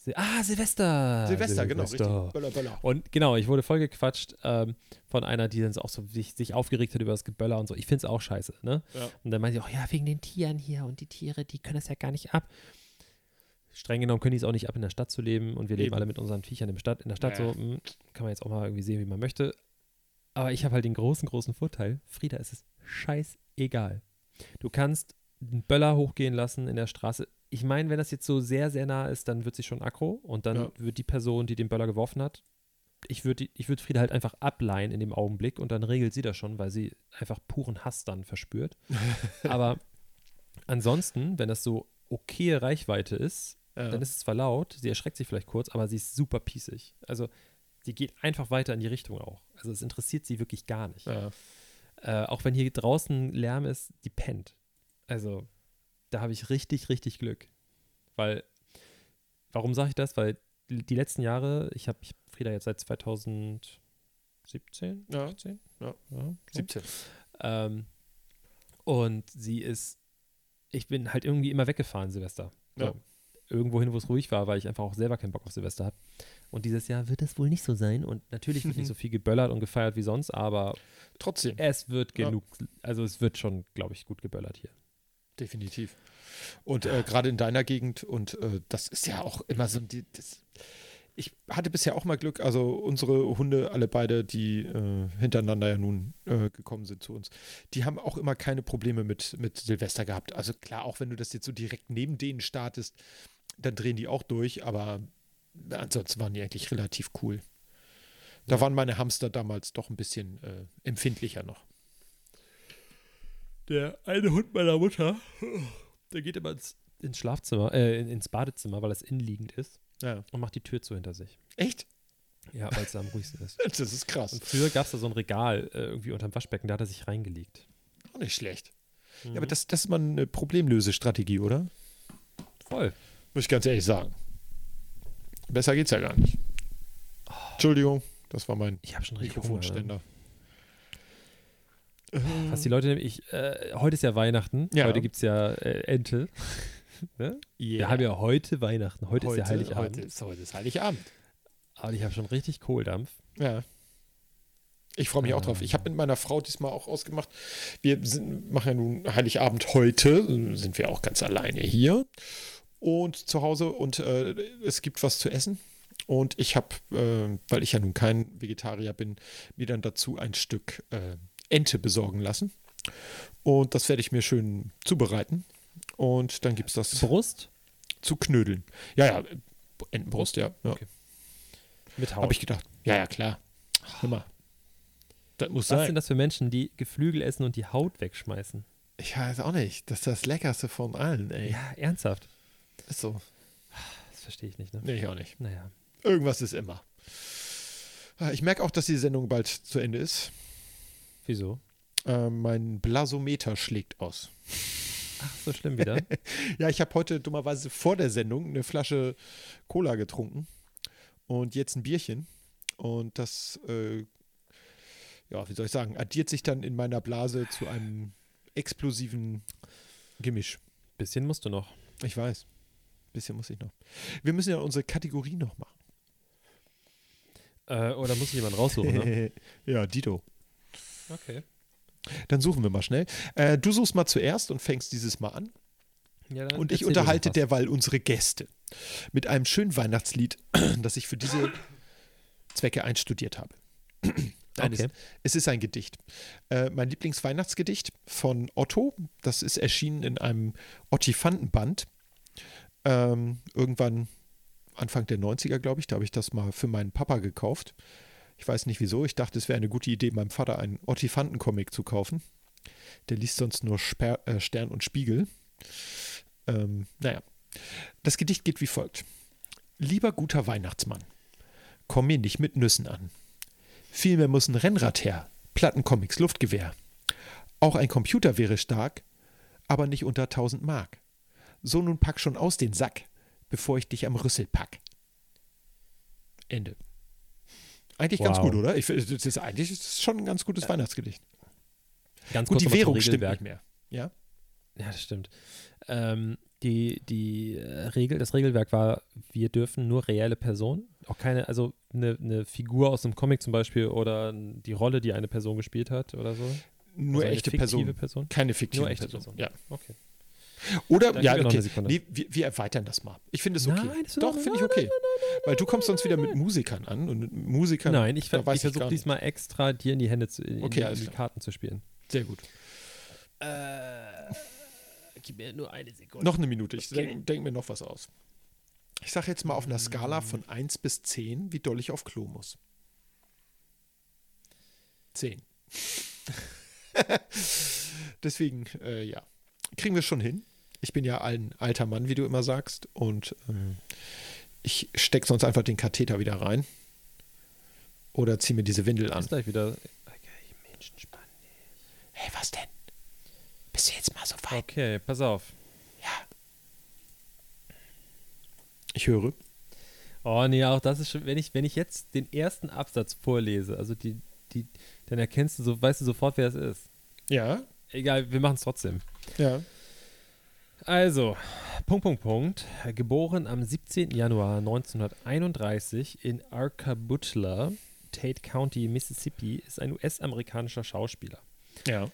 Sil- ah, Silvester. Silvester, genau, richtig. Böller, Böller. Und genau, ich wurde voll gequatscht ähm, von einer, die dann auch so sich, sich aufgeregt hat über das Geböller und so. Ich finde es auch scheiße, ne? Ja. Und dann meinte ich auch, ja, wegen den Tieren hier und die Tiere, die können das ja gar nicht ab. Streng genommen können die es auch nicht ab, in der Stadt zu leben und wir leben Eben. alle mit unseren Viechern im Stadt, in der Stadt Ja. so, mh, kann man jetzt auch mal irgendwie sehen, wie man möchte. Aber ich habe halt den großen, großen Vorteil, Frieda, ist es scheißegal. Du kannst einen Böller hochgehen lassen in der Straße. Ich meine, wenn das jetzt so sehr, sehr nah ist, dann wird sie schon aggro und dann Ja. wird die Person, die den Böller geworfen hat, ich würde ich würd Frieda halt einfach ableihen in dem Augenblick und dann regelt sie das schon, weil sie einfach puren Hass dann verspürt. Aber ansonsten, wenn das so okaye Reichweite ist, Ja. dann ist es zwar laut, sie erschreckt sich vielleicht kurz, aber sie ist super pießig. Also sie geht einfach weiter in die Richtung auch. Also es interessiert sie wirklich gar nicht. Ja. Äh, auch wenn hier draußen Lärm ist, die pennt. Also da habe ich richtig, richtig Glück. Weil, warum sage ich das? Weil die letzten Jahre, ich habe ich hab Frieda jetzt seit zweitausendsiebzehn, Ja. achtzehn? Ja. Ja, so. siebzehn. Ähm, und sie ist, ich bin halt irgendwie immer weggefahren, Silvester. So. Ja. Irgendwo hin, wo es ruhig war, weil ich einfach auch selber keinen Bock auf Silvester habe. Und dieses Jahr wird es wohl nicht so sein. Und natürlich wird nicht so viel geböllert und gefeiert wie sonst, aber Trotzdem, es wird Ja. genug, also es wird schon, glaube ich, gut geböllert hier. definitiv. Und äh, gerade in deiner Gegend, und äh, das ist ja auch immer so, die, das, ich hatte bisher auch mal Glück, also unsere Hunde, alle beide, die äh, hintereinander ja nun äh, gekommen sind zu uns, die haben auch immer keine Probleme mit, mit Silvester gehabt. Also klar, auch wenn du das jetzt so direkt neben denen startest, dann drehen die auch durch, aber ansonsten waren die eigentlich relativ cool. Da Ja. waren meine Hamster damals doch ein bisschen äh, empfindlicher noch. Der eine Hund meiner Mutter, der geht immer ins, ins Schlafzimmer, äh, in- ins Badezimmer, weil es innenliegend ist Ja. und macht die Tür zu hinter sich. Echt? Ja, weil es da am ruhigsten ist. Das ist krass. Und früher gab es da so ein Regal äh, irgendwie unterm Waschbecken, da hat er sich reingelegt. Auch nicht schlecht. Mhm. Ja, aber das, das ist mal eine Problemlösestrategie, oder? voll. Muss ich ganz ehrlich sagen. Besser geht's ja gar nicht. Entschuldigung, das war mein Ich habe schon richtig Hunger. Mikrofonständer. Was die Leute nämlich, äh, heute ist ja Weihnachten, Ja. heute gibt es ja äh, Ente. ne? Wir Yeah. haben ja heute Weihnachten, heute, ist ja Heiligabend. Heute ist, heute ist Heiligabend. Aber ich habe schon richtig Kohldampf. Ja. Ich freue mich auch Ah. drauf. Ich habe mit meiner Frau diesmal auch ausgemacht. Wir sind, machen ja nun Heiligabend heute, sind wir auch ganz alleine hier und zu Hause und äh, es gibt was zu essen. Und ich habe, äh, weil ich ja nun kein Vegetarier bin, mir dann dazu ein Stück äh, Ente besorgen lassen. Und das werde ich mir schön zubereiten. Und dann gibt es das Brust zu knödeln. Ja, ja, Entenbrust, ja. ja. Okay. mit Haut. Habe ich gedacht. Ja, ja, klar. Hör mal. Das muss Was sein. sind das für Menschen, die Geflügel essen und die Haut wegschmeißen? Ich weiß auch nicht. Das ist das Leckerste von allen, ey. Ja, ernsthaft. Ist so. Das verstehe ich nicht, ne? Nee, ich auch nicht. Naja. Irgendwas ist immer. Ah, Ich merke auch, dass die Sendung bald zu Ende ist. Wieso? Äh, mein Blasometer schlägt aus. Ach, so schlimm wieder. Ja, ich habe heute dummerweise vor der Sendung eine Flasche Cola getrunken und jetzt ein Bierchen. Und das, äh, ja, wie soll ich sagen, addiert sich dann in meiner Blase zu einem explosiven Gemisch. Bisschen musst du noch. Ich weiß. Bisschen muss ich noch. Wir müssen ja unsere Kategorie noch machen. Äh, oder muss ich jemanden raussuchen, ne? Ja, Dito. Okay. Dann suchen wir mal schnell. Äh, du suchst mal zuerst und fängst dieses Mal an. Ja, dann Und ich erzähl unterhalte dir noch was. derweil unsere Gäste mit einem schönen Weihnachtslied, das ich für diese Zwecke einstudiert habe. Nein, Okay. es, es ist ein Gedicht. Äh, mein Lieblingsweihnachtsgedicht von Otto. Das ist erschienen in einem Ottifantenband. Ähm, irgendwann Anfang der neunziger, glaube ich. Da habe ich das mal für meinen Papa gekauft. Ich weiß nicht wieso. Ich dachte, es wäre eine gute Idee, meinem Vater einen Ottifanten-Comic zu kaufen. Der liest sonst nur Sper äh, Stern und Spiegel. Ähm, naja. Das Gedicht geht wie folgt. Lieber guter Weihnachtsmann, komm mir nicht mit Nüssen an. Vielmehr muss ein Rennrad her, Plattencomics, Luftgewehr. Auch ein Computer wäre stark, aber nicht unter tausend Mark. So nun pack schon aus den Sack, bevor ich dich am Rüssel pack. Ende. Eigentlich ganz Wow. gut, oder? Ich, das ist eigentlich ist es schon ein ganz gutes Weihnachtsgedicht. Ganz Gut, kurz die noch mal zum Währung stimmt Regelwerk. nicht mehr. Ja? Ja, das stimmt. Ähm, Die, die äh, Regel, das Regelwerk war, wir dürfen nur reelle Personen, auch keine, also eine, eine Figur aus einem Comic zum Beispiel oder die Rolle, die eine Person gespielt hat oder so. Nur also echte fiktive Personen. Person. Keine fiktive Nur echte Person. Person. Ja. Okay. Oder, Dann ja, gib mir noch okay. eine Sekunde. Nee, wir, wir erweitern das mal. Ich finde es okay. Nein, das ist Doch, doch- finde ich nein, okay. nein, nein, nein, Weil du kommst sonst wieder mit Musikern an und mit Musikern. Nein, ich, da ver weiß ich versuche gar nicht. diesmal extra dir in die Hände zu, in, Okay, in alles die klar. Karten zu spielen. Sehr gut. Äh, gib mir nur eine Sekunde. Noch eine Minute. Ich Okay. denke denk mir noch was aus. Ich sage jetzt mal auf einer Skala von eins bis zehn, wie doll ich auf Klo muss. zehn. Deswegen, äh, ja. Kriegen wir schon hin. Ich bin ja ein alter Mann, wie du immer sagst. Und ähm, ich stecke sonst einfach den Katheter wieder rein. Oder ziehe mir diese Windel an. Ist gleich wieder. Okay, Menschen spannen. Hey, was denn? Bist du jetzt mal so weit? Okay, pass auf. Ja. Ich höre. Oh nee, auch das ist schon, wenn ich, wenn ich jetzt den ersten Absatz vorlese, also die, die, dann erkennst du so, weißt du sofort, wer es ist. Ja. Egal, wir machen es trotzdem. Ja. Also, Punkt, Punkt, Punkt. Geboren am siebzehnten Januar neunzehnhunderteinunddreißig in Arkabutla, Tate County, Mississippi, ist ein U S-amerikanischer Schauspieler. Ja.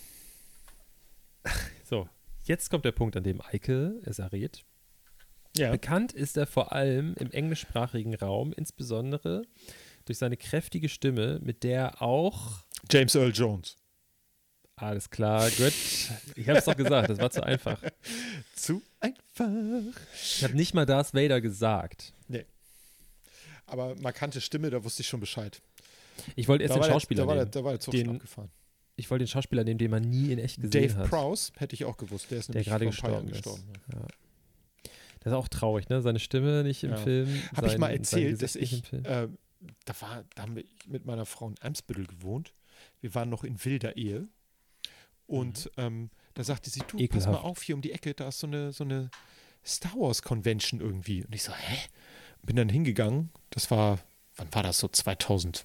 So, jetzt kommt der Punkt, an dem Eike es errät. Ja. Bekannt ist er vor allem im englischsprachigen Raum, insbesondere durch seine kräftige Stimme, mit der er auch, James Earl Jones. alles klar, gut, ich habe es doch gesagt, das war zu einfach. Zu einfach. Ich habe nicht mal Darth Vader gesagt. Aber markante Stimme, da wusste ich schon Bescheid. Ich wollte erst Da den war, der, Schauspieler da, war der, nehmen. da war der Zug Den- schon abgefahren. Ich wollte den Schauspieler nehmen, den man nie in echt gesehen Dave hat. Prowse hätte ich auch gewusst. Der ist Der nämlich gerade vor ein paar gestorben Jahren ist. gestorben. Ja. Das ist auch traurig, ne? Seine Stimme nicht im Ja. Film. Habe ich sein- mal sein erzählt, dass Gesicht ich, nicht im Film. äh, da, war, da haben wir mit meiner Frau in Eimsbüttel gewohnt. Wir waren noch in wilder Ehe. Und Mhm. ähm, da sagte sie, du, Ekelhaft. pass mal auf, hier um die Ecke, da ist so eine, so eine Star Wars Convention irgendwie. Und ich so, hä? Bin dann hingegangen. Das war, wann war das so? zweitausendzehn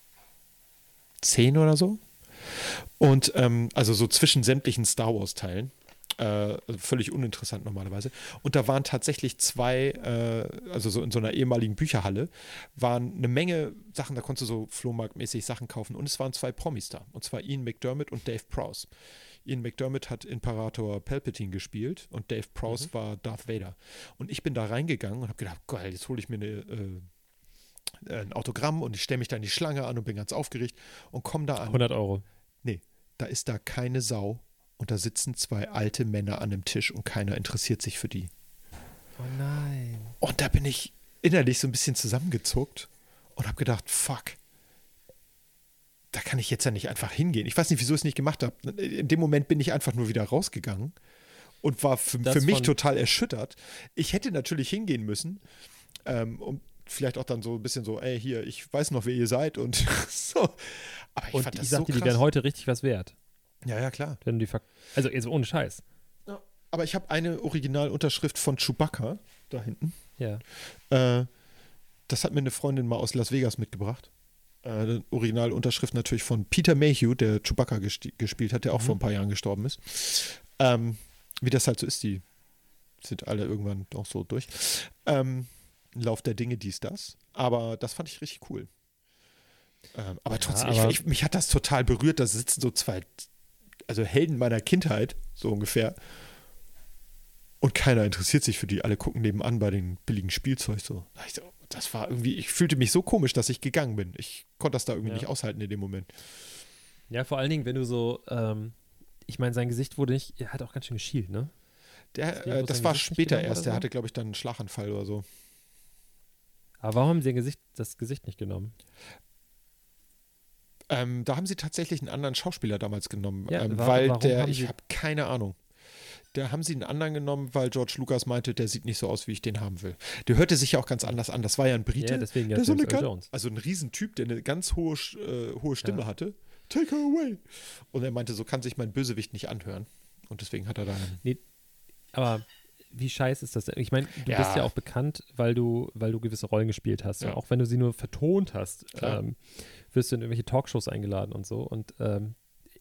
oder so? Und ähm, also so zwischen sämtlichen Star Wars Teilen. Äh, also völlig uninteressant normalerweise. Und da waren tatsächlich zwei, äh, also so in so einer ehemaligen Bücherhalle, waren eine Menge Sachen, da konntest du so flohmarktmäßig Sachen kaufen. Und es waren zwei Promis da. Und zwar Ian McDermott und Dave Prowse. Ian McDermott hat Imperator Palpatine gespielt und Dave Prowse Mhm. war Darth Vader. Und ich bin da reingegangen und habe gedacht, geil, jetzt hole ich mir eine, äh, ein Autogramm und ich stelle mich da in die Schlange an und bin ganz aufgeregt und komme da an. hundert Euro. Da ist da keine Sau und da sitzen zwei alte Männer an einem Tisch und keiner interessiert sich für die. Oh nein. Und da bin ich innerlich so ein bisschen zusammengezuckt und habe gedacht, fuck, da kann ich jetzt ja nicht einfach hingehen. Ich weiß nicht, wieso ich es nicht gemacht habe. In dem Moment bin ich einfach nur wieder rausgegangen und war für, Das für mich von- total erschüttert. Ich hätte natürlich hingehen müssen, ähm, und vielleicht auch dann so ein bisschen so, ey, hier, ich weiß noch, wer ihr seid und so. Aber ich Und fand ich das sag so dir, die krass. wären heute richtig was wert. Ja, ja, klar. Wenn du die verk also jetzt ohne Scheiß. Aber ich habe eine Originalunterschrift von Chewbacca da hinten. Ja. Äh, das hat mir eine Freundin mal aus Las Vegas mitgebracht. Äh, eine Originalunterschrift natürlich von Peter Mayhew, der Chewbacca gesti- gespielt hat, der auch Mhm. vor ein paar Jahren gestorben ist. Ähm, wie das halt so ist, die sind alle irgendwann auch so durch. Ähm, Lauf der Dinge, dies, das. Aber das fand ich richtig cool. Ähm, aber Ja, trotzdem, aber- ich, ich, mich hat das total berührt. Da sitzen so zwei, also Helden meiner Kindheit, so ungefähr. Und keiner interessiert sich für die. Alle gucken nebenan bei den billigen Spielzeug so. Da ich so, das war irgendwie, ich fühlte mich so komisch, dass ich gegangen bin. Ich konnte das da irgendwie Ja. nicht aushalten in dem Moment. Ja, vor allen Dingen, wenn du so, ähm, ich meine, sein Gesicht wurde nicht, er hat auch ganz schön geschielt, ne? Der, Ist dir äh, bloß das sein war Gesicht nicht später genommen erst. oder Der so? hatte, glaube ich, dann einen Schlaganfall oder so. Aber warum haben sie ein Gesicht, das Gesicht nicht genommen? Ähm, da haben sie tatsächlich einen anderen Schauspieler damals genommen, Ja, ähm, wa- weil warum der, haben ich sie- habe keine Ahnung. Da haben sie einen anderen genommen, weil George Lucas meinte, der sieht nicht so aus, wie ich den haben will. Der hörte sich ja auch ganz anders an. Das war ja ein Brite, Ja, deswegen ja der so eine James Earl ganz, Jones. also ein Riesentyp, der eine ganz hohe, Sch- äh, hohe Stimme Ja. hatte. Take her away. Und er meinte, so kann sich mein Bösewicht nicht anhören. Und deswegen hat er da einen, Aber wie scheiße ist das denn? Ich meine, du Ja. bist ja auch bekannt, weil du, weil du gewisse Rollen gespielt hast. Ja. Und auch wenn du sie nur vertont hast, Klar. ähm, wirst du in irgendwelche Talkshows eingeladen und so. Und ähm,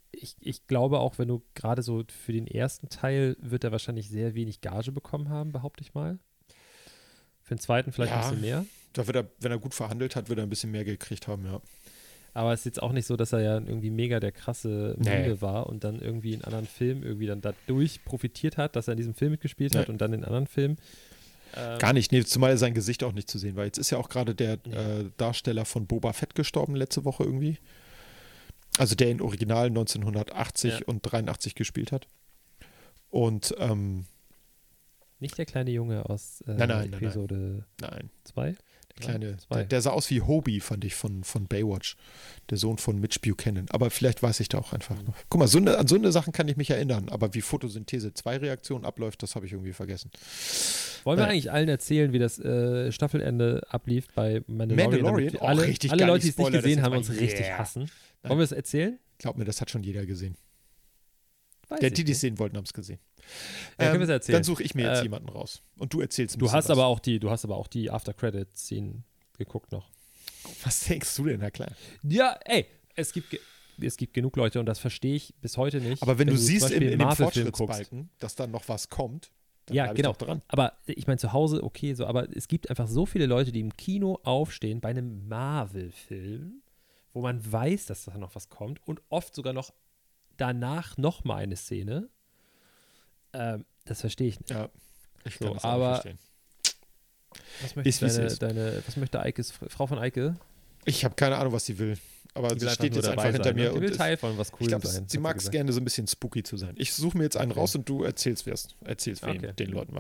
ich, ich glaube auch, wenn du gerade so für den ersten Teil wird er wahrscheinlich sehr wenig Gage bekommen haben, behaupte ich mal. Für den zweiten vielleicht Ja. ein bisschen mehr. Da wird er, wenn er gut verhandelt hat, wird er ein bisschen mehr gekriegt haben, ja. Aber es ist jetzt auch nicht so, dass er ja irgendwie mega der krasse Nee. Mule war und dann irgendwie in anderen Filmen irgendwie dann dadurch profitiert hat, dass er in diesem Film mitgespielt hat Nee. und dann in anderen Filmen. Ähm, Gar nicht, nee, zumal sein Gesicht auch nicht zu sehen war. Jetzt ist ja auch gerade der Ja. äh, Darsteller von Boba Fett gestorben letzte Woche irgendwie. Also der in Original neunzehnhundertachtzig Ja. und dreiundachtzig gespielt hat. Und ähm, Nicht der kleine Junge aus äh, Nein, nein, nein, Episode nein, zwei? der kleine, Zwei. der, der sah aus wie Hobie, fand ich, von, von Baywatch. Der Sohn von Mitch Buchanan. Aber vielleicht weiß ich da auch einfach noch. Guck mal, so eine, an so eine Sachen kann ich mich erinnern. Aber wie Photosynthese zwei Reaktion abläuft, das habe ich irgendwie vergessen. Wollen wir Naja. eigentlich allen erzählen, wie das äh, Staffelende ablief bei Mandalorian? Mandalorian? damit Oh, alle richtig alle geil, Leute, die ich es nicht spoilere das gesehen jetzt haben, mal. uns richtig Yeah. hassen. Nein. Wollen wir es erzählen? Glaub mir, das hat schon jeder gesehen. Weiß Der, ich die, die es nicht. sehen wollten, haben es gesehen. Ja, können wir es erzählen. Dann suche ich mir jetzt Äh, jemanden raus. Und du erzählst ein Du bisschen hast was. aber auch die, du hast aber auch die After-Credit-Szenen geguckt noch. Was denkst du denn, Herr Klein? Ja, ey, es gibt, ge- es gibt genug Leute und das verstehe ich bis heute nicht. Aber wenn, du zum siehst Beispiel in, in einen dem Marvel-Film Fortschrittsbalken, dass da noch was kommt, dann Ja, bleib genau. ich doch dran. Aber ich meine, zu Hause, okay, so, aber es gibt einfach so viele Leute, die im Kino aufstehen bei einem Marvel-Film, wo man weiß, dass da noch was kommt und oft sogar noch danach noch mal eine Szene. Ähm, das verstehe ich nicht. Ja, ich So, kann das auch aber- nicht verstehen. Was möchte Ist, wie es deine, ist. deine, was möchte Eikes, Frau von Eike? Ich habe keine Ahnung, was sie will. Aber Die sie will steht nur jetzt dabei einfach hinter sein, mir. ne? Die Und will ist, Teil von was cool ich glaube, sein. sie hat mag es gesagt. gerne so ein bisschen spooky zu sein. Ich suche mir jetzt einen Okay. raus und du erzählst, wer es erzählst, wen, Okay. den Leuten was.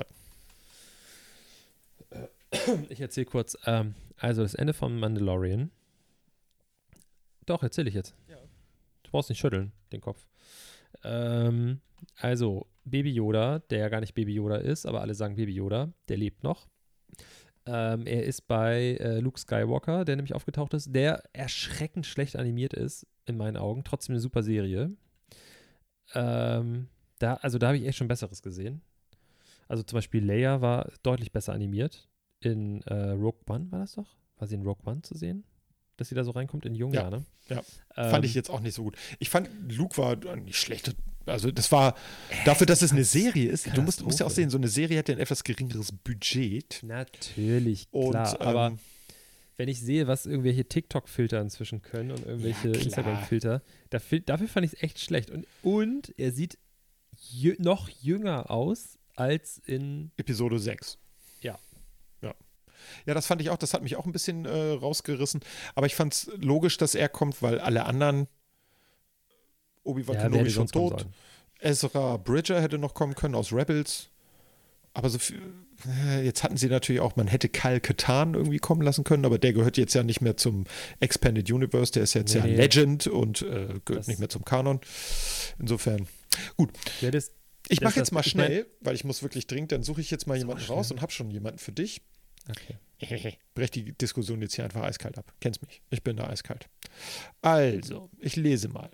Ich erzähle kurz. Ähm, also das Ende von Mandalorian. Doch, erzähle ich jetzt. Du brauchst nicht schütteln, den Kopf. Ähm, also, Baby Yoda, der ja gar nicht Baby Yoda ist, aber alle sagen Baby Yoda, der lebt noch. Ähm, er ist bei äh, Luke Skywalker, der nämlich aufgetaucht ist, der erschreckend schlecht animiert ist, in meinen Augen. Trotzdem eine super Serie. Ähm, da, also da habe ich echt schon Besseres gesehen. Also zum Beispiel Leia war deutlich besser animiert. In äh, Rogue One war das doch? War sie in Rogue One zu sehen? Dass sie da so reinkommt in Jung, Ja, ja, ne? ja. Ähm, Fand ich jetzt auch nicht so gut. Ich fand, Luke war nicht schlecht. Also das war, dafür, dass es eine Serie ist, du musst, musst ja auch Katastrophe. sehen, so eine Serie hat ja ein etwas geringeres Budget. Natürlich, Und, klar. aber ähm, wenn ich sehe, was irgendwelche TikTok-Filter inzwischen können und irgendwelche Ja, klar. Instagram-Filter, dafür, dafür fand ich es echt schlecht. Und, und er sieht jü noch jünger aus als in. Episode sechs. Ja. Ja. Ja, das fand ich auch, das hat mich auch ein bisschen äh, rausgerissen. Aber ich fand es logisch, dass er kommt, weil alle anderen, Obi-Wan Ja, wer Kenobi hätte schon sonst kommen tot, sollen? Ezra Bridger hätte noch kommen können aus Rebels. Aber so viel, äh, jetzt hatten sie natürlich auch, man hätte Kyle Katarn irgendwie kommen lassen können, aber der gehört jetzt ja nicht mehr zum Expanded Universe, der ist jetzt Nee, ja nee. Legend und äh, gehört Das- nicht mehr zum Kanon. Insofern, gut. Du hättest, Ich Das- mache jetzt das- mal ich mein- schnell, weil ich muss wirklich dringend, dann suche ich jetzt mal So jemanden schnell. raus und habe schon jemanden für dich. okay. Brech die Diskussion jetzt hier einfach eiskalt ab. Kennst mich. Ich bin da eiskalt. Also, ich lese mal.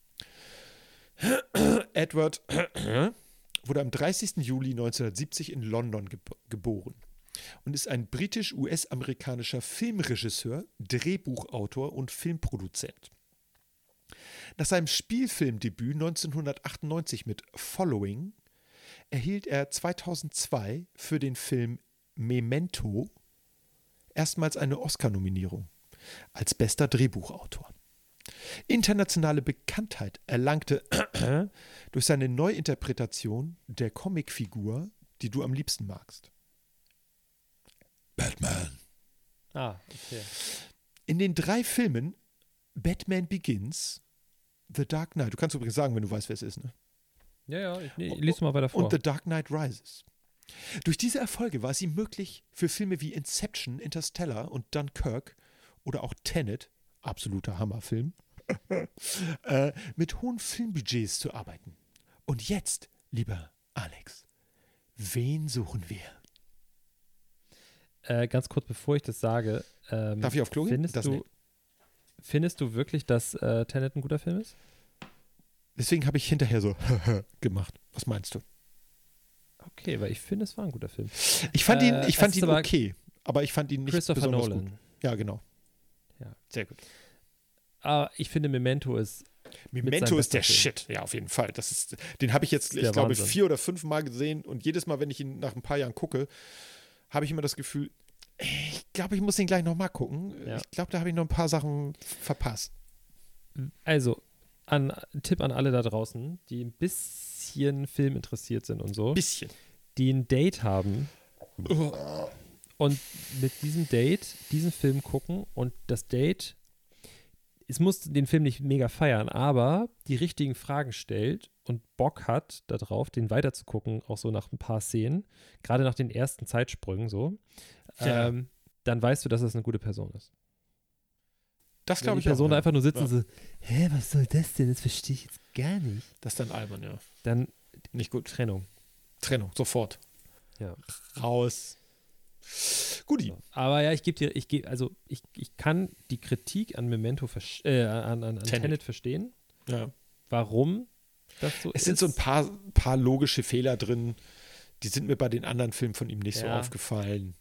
Edward wurde am dreißigsten Juli neunzehnhundertsiebzig in London geb geboren und ist ein britisch-U S-amerikanischer Filmregisseur, Drehbuchautor und Filmproduzent. Nach seinem Spielfilmdebüt neunzehnhundertachtundneunzig mit Following erhielt er zweitausendzwei für den Film Memento erstmals eine Oscar-Nominierung als bester Drehbuchautor. Internationale Bekanntheit erlangte durch seine Neuinterpretation der Comicfigur, die du am liebsten magst. Batman. Ah, okay. In den drei Filmen Batman Begins, The Dark Knight, du kannst übrigens sagen, wenn du weißt, wer es ist, ne? Ja, ja, ich, ich lese mal weiter vor. Und The Dark Knight Rises. Durch diese Erfolge war es ihm möglich, für Filme wie Inception, Interstellar und Dunkirk oder auch Tenet, absoluter Hammerfilm, äh, mit hohen Filmbudgets zu arbeiten. Und jetzt, lieber Alex, wen suchen wir? äh, ganz kurz, bevor ich das sage. Ähm, Darf ich auf Klo gehen? findest Das du, nicht. findest du wirklich, dass äh, Tenet ein guter Film ist? Deswegen habe ich hinterher so gemacht. Was meinst du? Okay, weil ich finde, es war ein guter Film. Ich fand Äh, ihn, ich fand es ist ihn aber okay, aber ich fand ihn nicht Christopher besonders Nolan. gut. Ja, genau. Ja. Sehr gut. Aber ich finde, Memento ist Memento ist der bester Film. Shit, ja, auf jeden Fall. Das ist, den habe ich jetzt, der ich glaube, Wahnsinn. vier oder fünf Mal gesehen und jedes Mal, wenn ich ihn nach ein paar Jahren gucke, habe ich immer das Gefühl, ich glaube, ich muss den gleich nochmal gucken. Ja. Ich glaube, da habe ich noch ein paar Sachen verpasst. Also, an, Tipp an alle da draußen, die ein bisschen Film interessiert sind und so, Bisschen. die ein Date haben und mit diesem Date diesen Film gucken und das Date, es muss den Film nicht mega feiern, aber die richtigen Fragen stellt und Bock hat darauf, den weiterzugucken, auch so nach ein paar Szenen, gerade nach den ersten Zeitsprüngen so, Ja. ähm, dann weißt du, dass es eine gute Person ist. Das Wenn glaube die ich Person auch. da Ja. einfach nur sitzt Ja. und so, hä, was soll das denn? Das verstehe ich jetzt gar nicht. Das ist dann albern, ja. Dann Nicht gut. Trennung. Trennung, sofort. Ja. Raus. Guti. So. Aber ja, ich gebe dir, ich gebe, also ich, ich kann die Kritik an Memento, versch- äh, an, an, an Tenet. Tenet verstehen, Ja. warum das so Es ist. sind so ein paar, paar logische Fehler drin, die sind mir bei den anderen Filmen von ihm nicht so Ja. aufgefallen.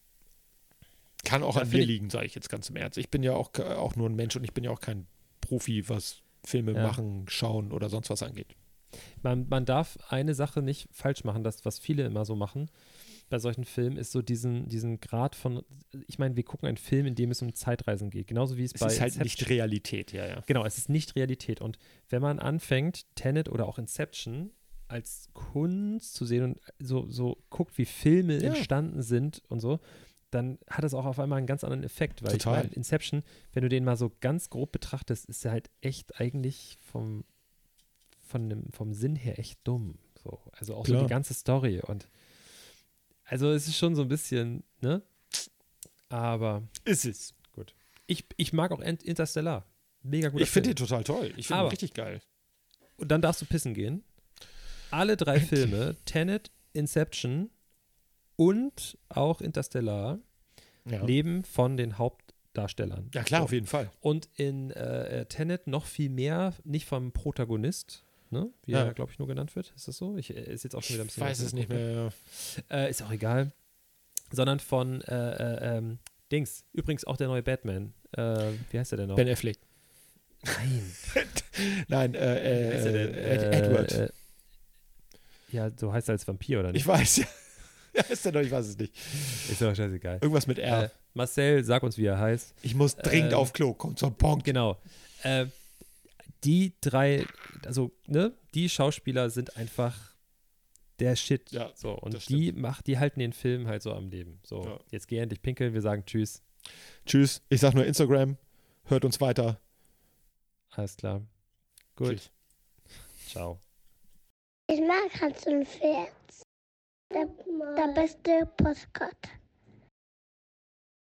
Kann auch Da an mir find ich- liegen, sage ich jetzt ganz im Ernst. Ich bin ja auch, auch nur ein Mensch und ich bin ja auch kein Profi, was Filme Ja. machen, schauen oder sonst was angeht. Man, man darf eine Sache nicht falsch machen, das, was viele immer so machen bei solchen Filmen, ist so diesen, diesen Grad von, ich meine, wir gucken einen Film, in dem es um Zeitreisen geht, genauso wie es, Es bei ist halt Inception- nicht Realität, ja, ja. Genau, es ist nicht Realität. Und wenn man anfängt, Tenet oder auch Inception als Kunst zu sehen und so, so guckt, wie Filme Ja. entstanden sind und so, dann hat es auch auf einmal einen ganz anderen Effekt. Weil Total. ich meine, Inception, wenn du den mal so ganz grob betrachtest, ist er halt echt eigentlich vom, von dem, vom Sinn her echt dumm. So. Also auch so Klar. die ganze Story. Und also es ist schon so ein bisschen, ne? Aber Ist es. gut. Ich, ich mag auch Int- Interstellar. Mega guter Ich finde Film. den total toll. Ich finde ihn Aber- richtig geil. Und dann darfst du pissen gehen. Alle drei Filme, Tenet, Inception und auch Interstellar, Ja, leben von den Hauptdarstellern. ja klar, So. auf jeden Fall. Und in äh, Tenet noch viel mehr, nicht vom Protagonist, ne? wie Ja. er, glaube ich, nur genannt wird. Ist das so? Ich äh, ist jetzt auch schon wieder ein Ich bisschen. weiß es nicht mehr. Äh, ist auch egal. Sondern von äh, äh, ähm, Dings. Übrigens auch der neue Batman. Äh, wie heißt der denn noch? Ben Affleck. Nein. Nein, äh, Wie heißt er äh, denn? Ed- Äh, Edward. Äh, ja, so heißt er als Vampir, oder nicht? Ich weiß, ja. Ja, ist der noch, ich weiß es nicht. Ist doch scheißegal. Irgendwas mit R. Äh, Marcel, sag uns, wie er heißt. ich muss dringend ähm, auf Klo, kommt zum Punkt. Genau. Äh, die drei, also, ne, die Schauspieler sind einfach der Shit. Ja, so, und das die macht, die halten den Film halt so am Leben. So, Ja. jetzt geh endlich pinkeln, wir sagen Tschüss. Tschüss. Ich sag nur Instagram. Hört uns weiter. Alles klar. Gut. Tschüss. Ciao. Ich mag Hans und Pferd. Der, der beste Postkarte.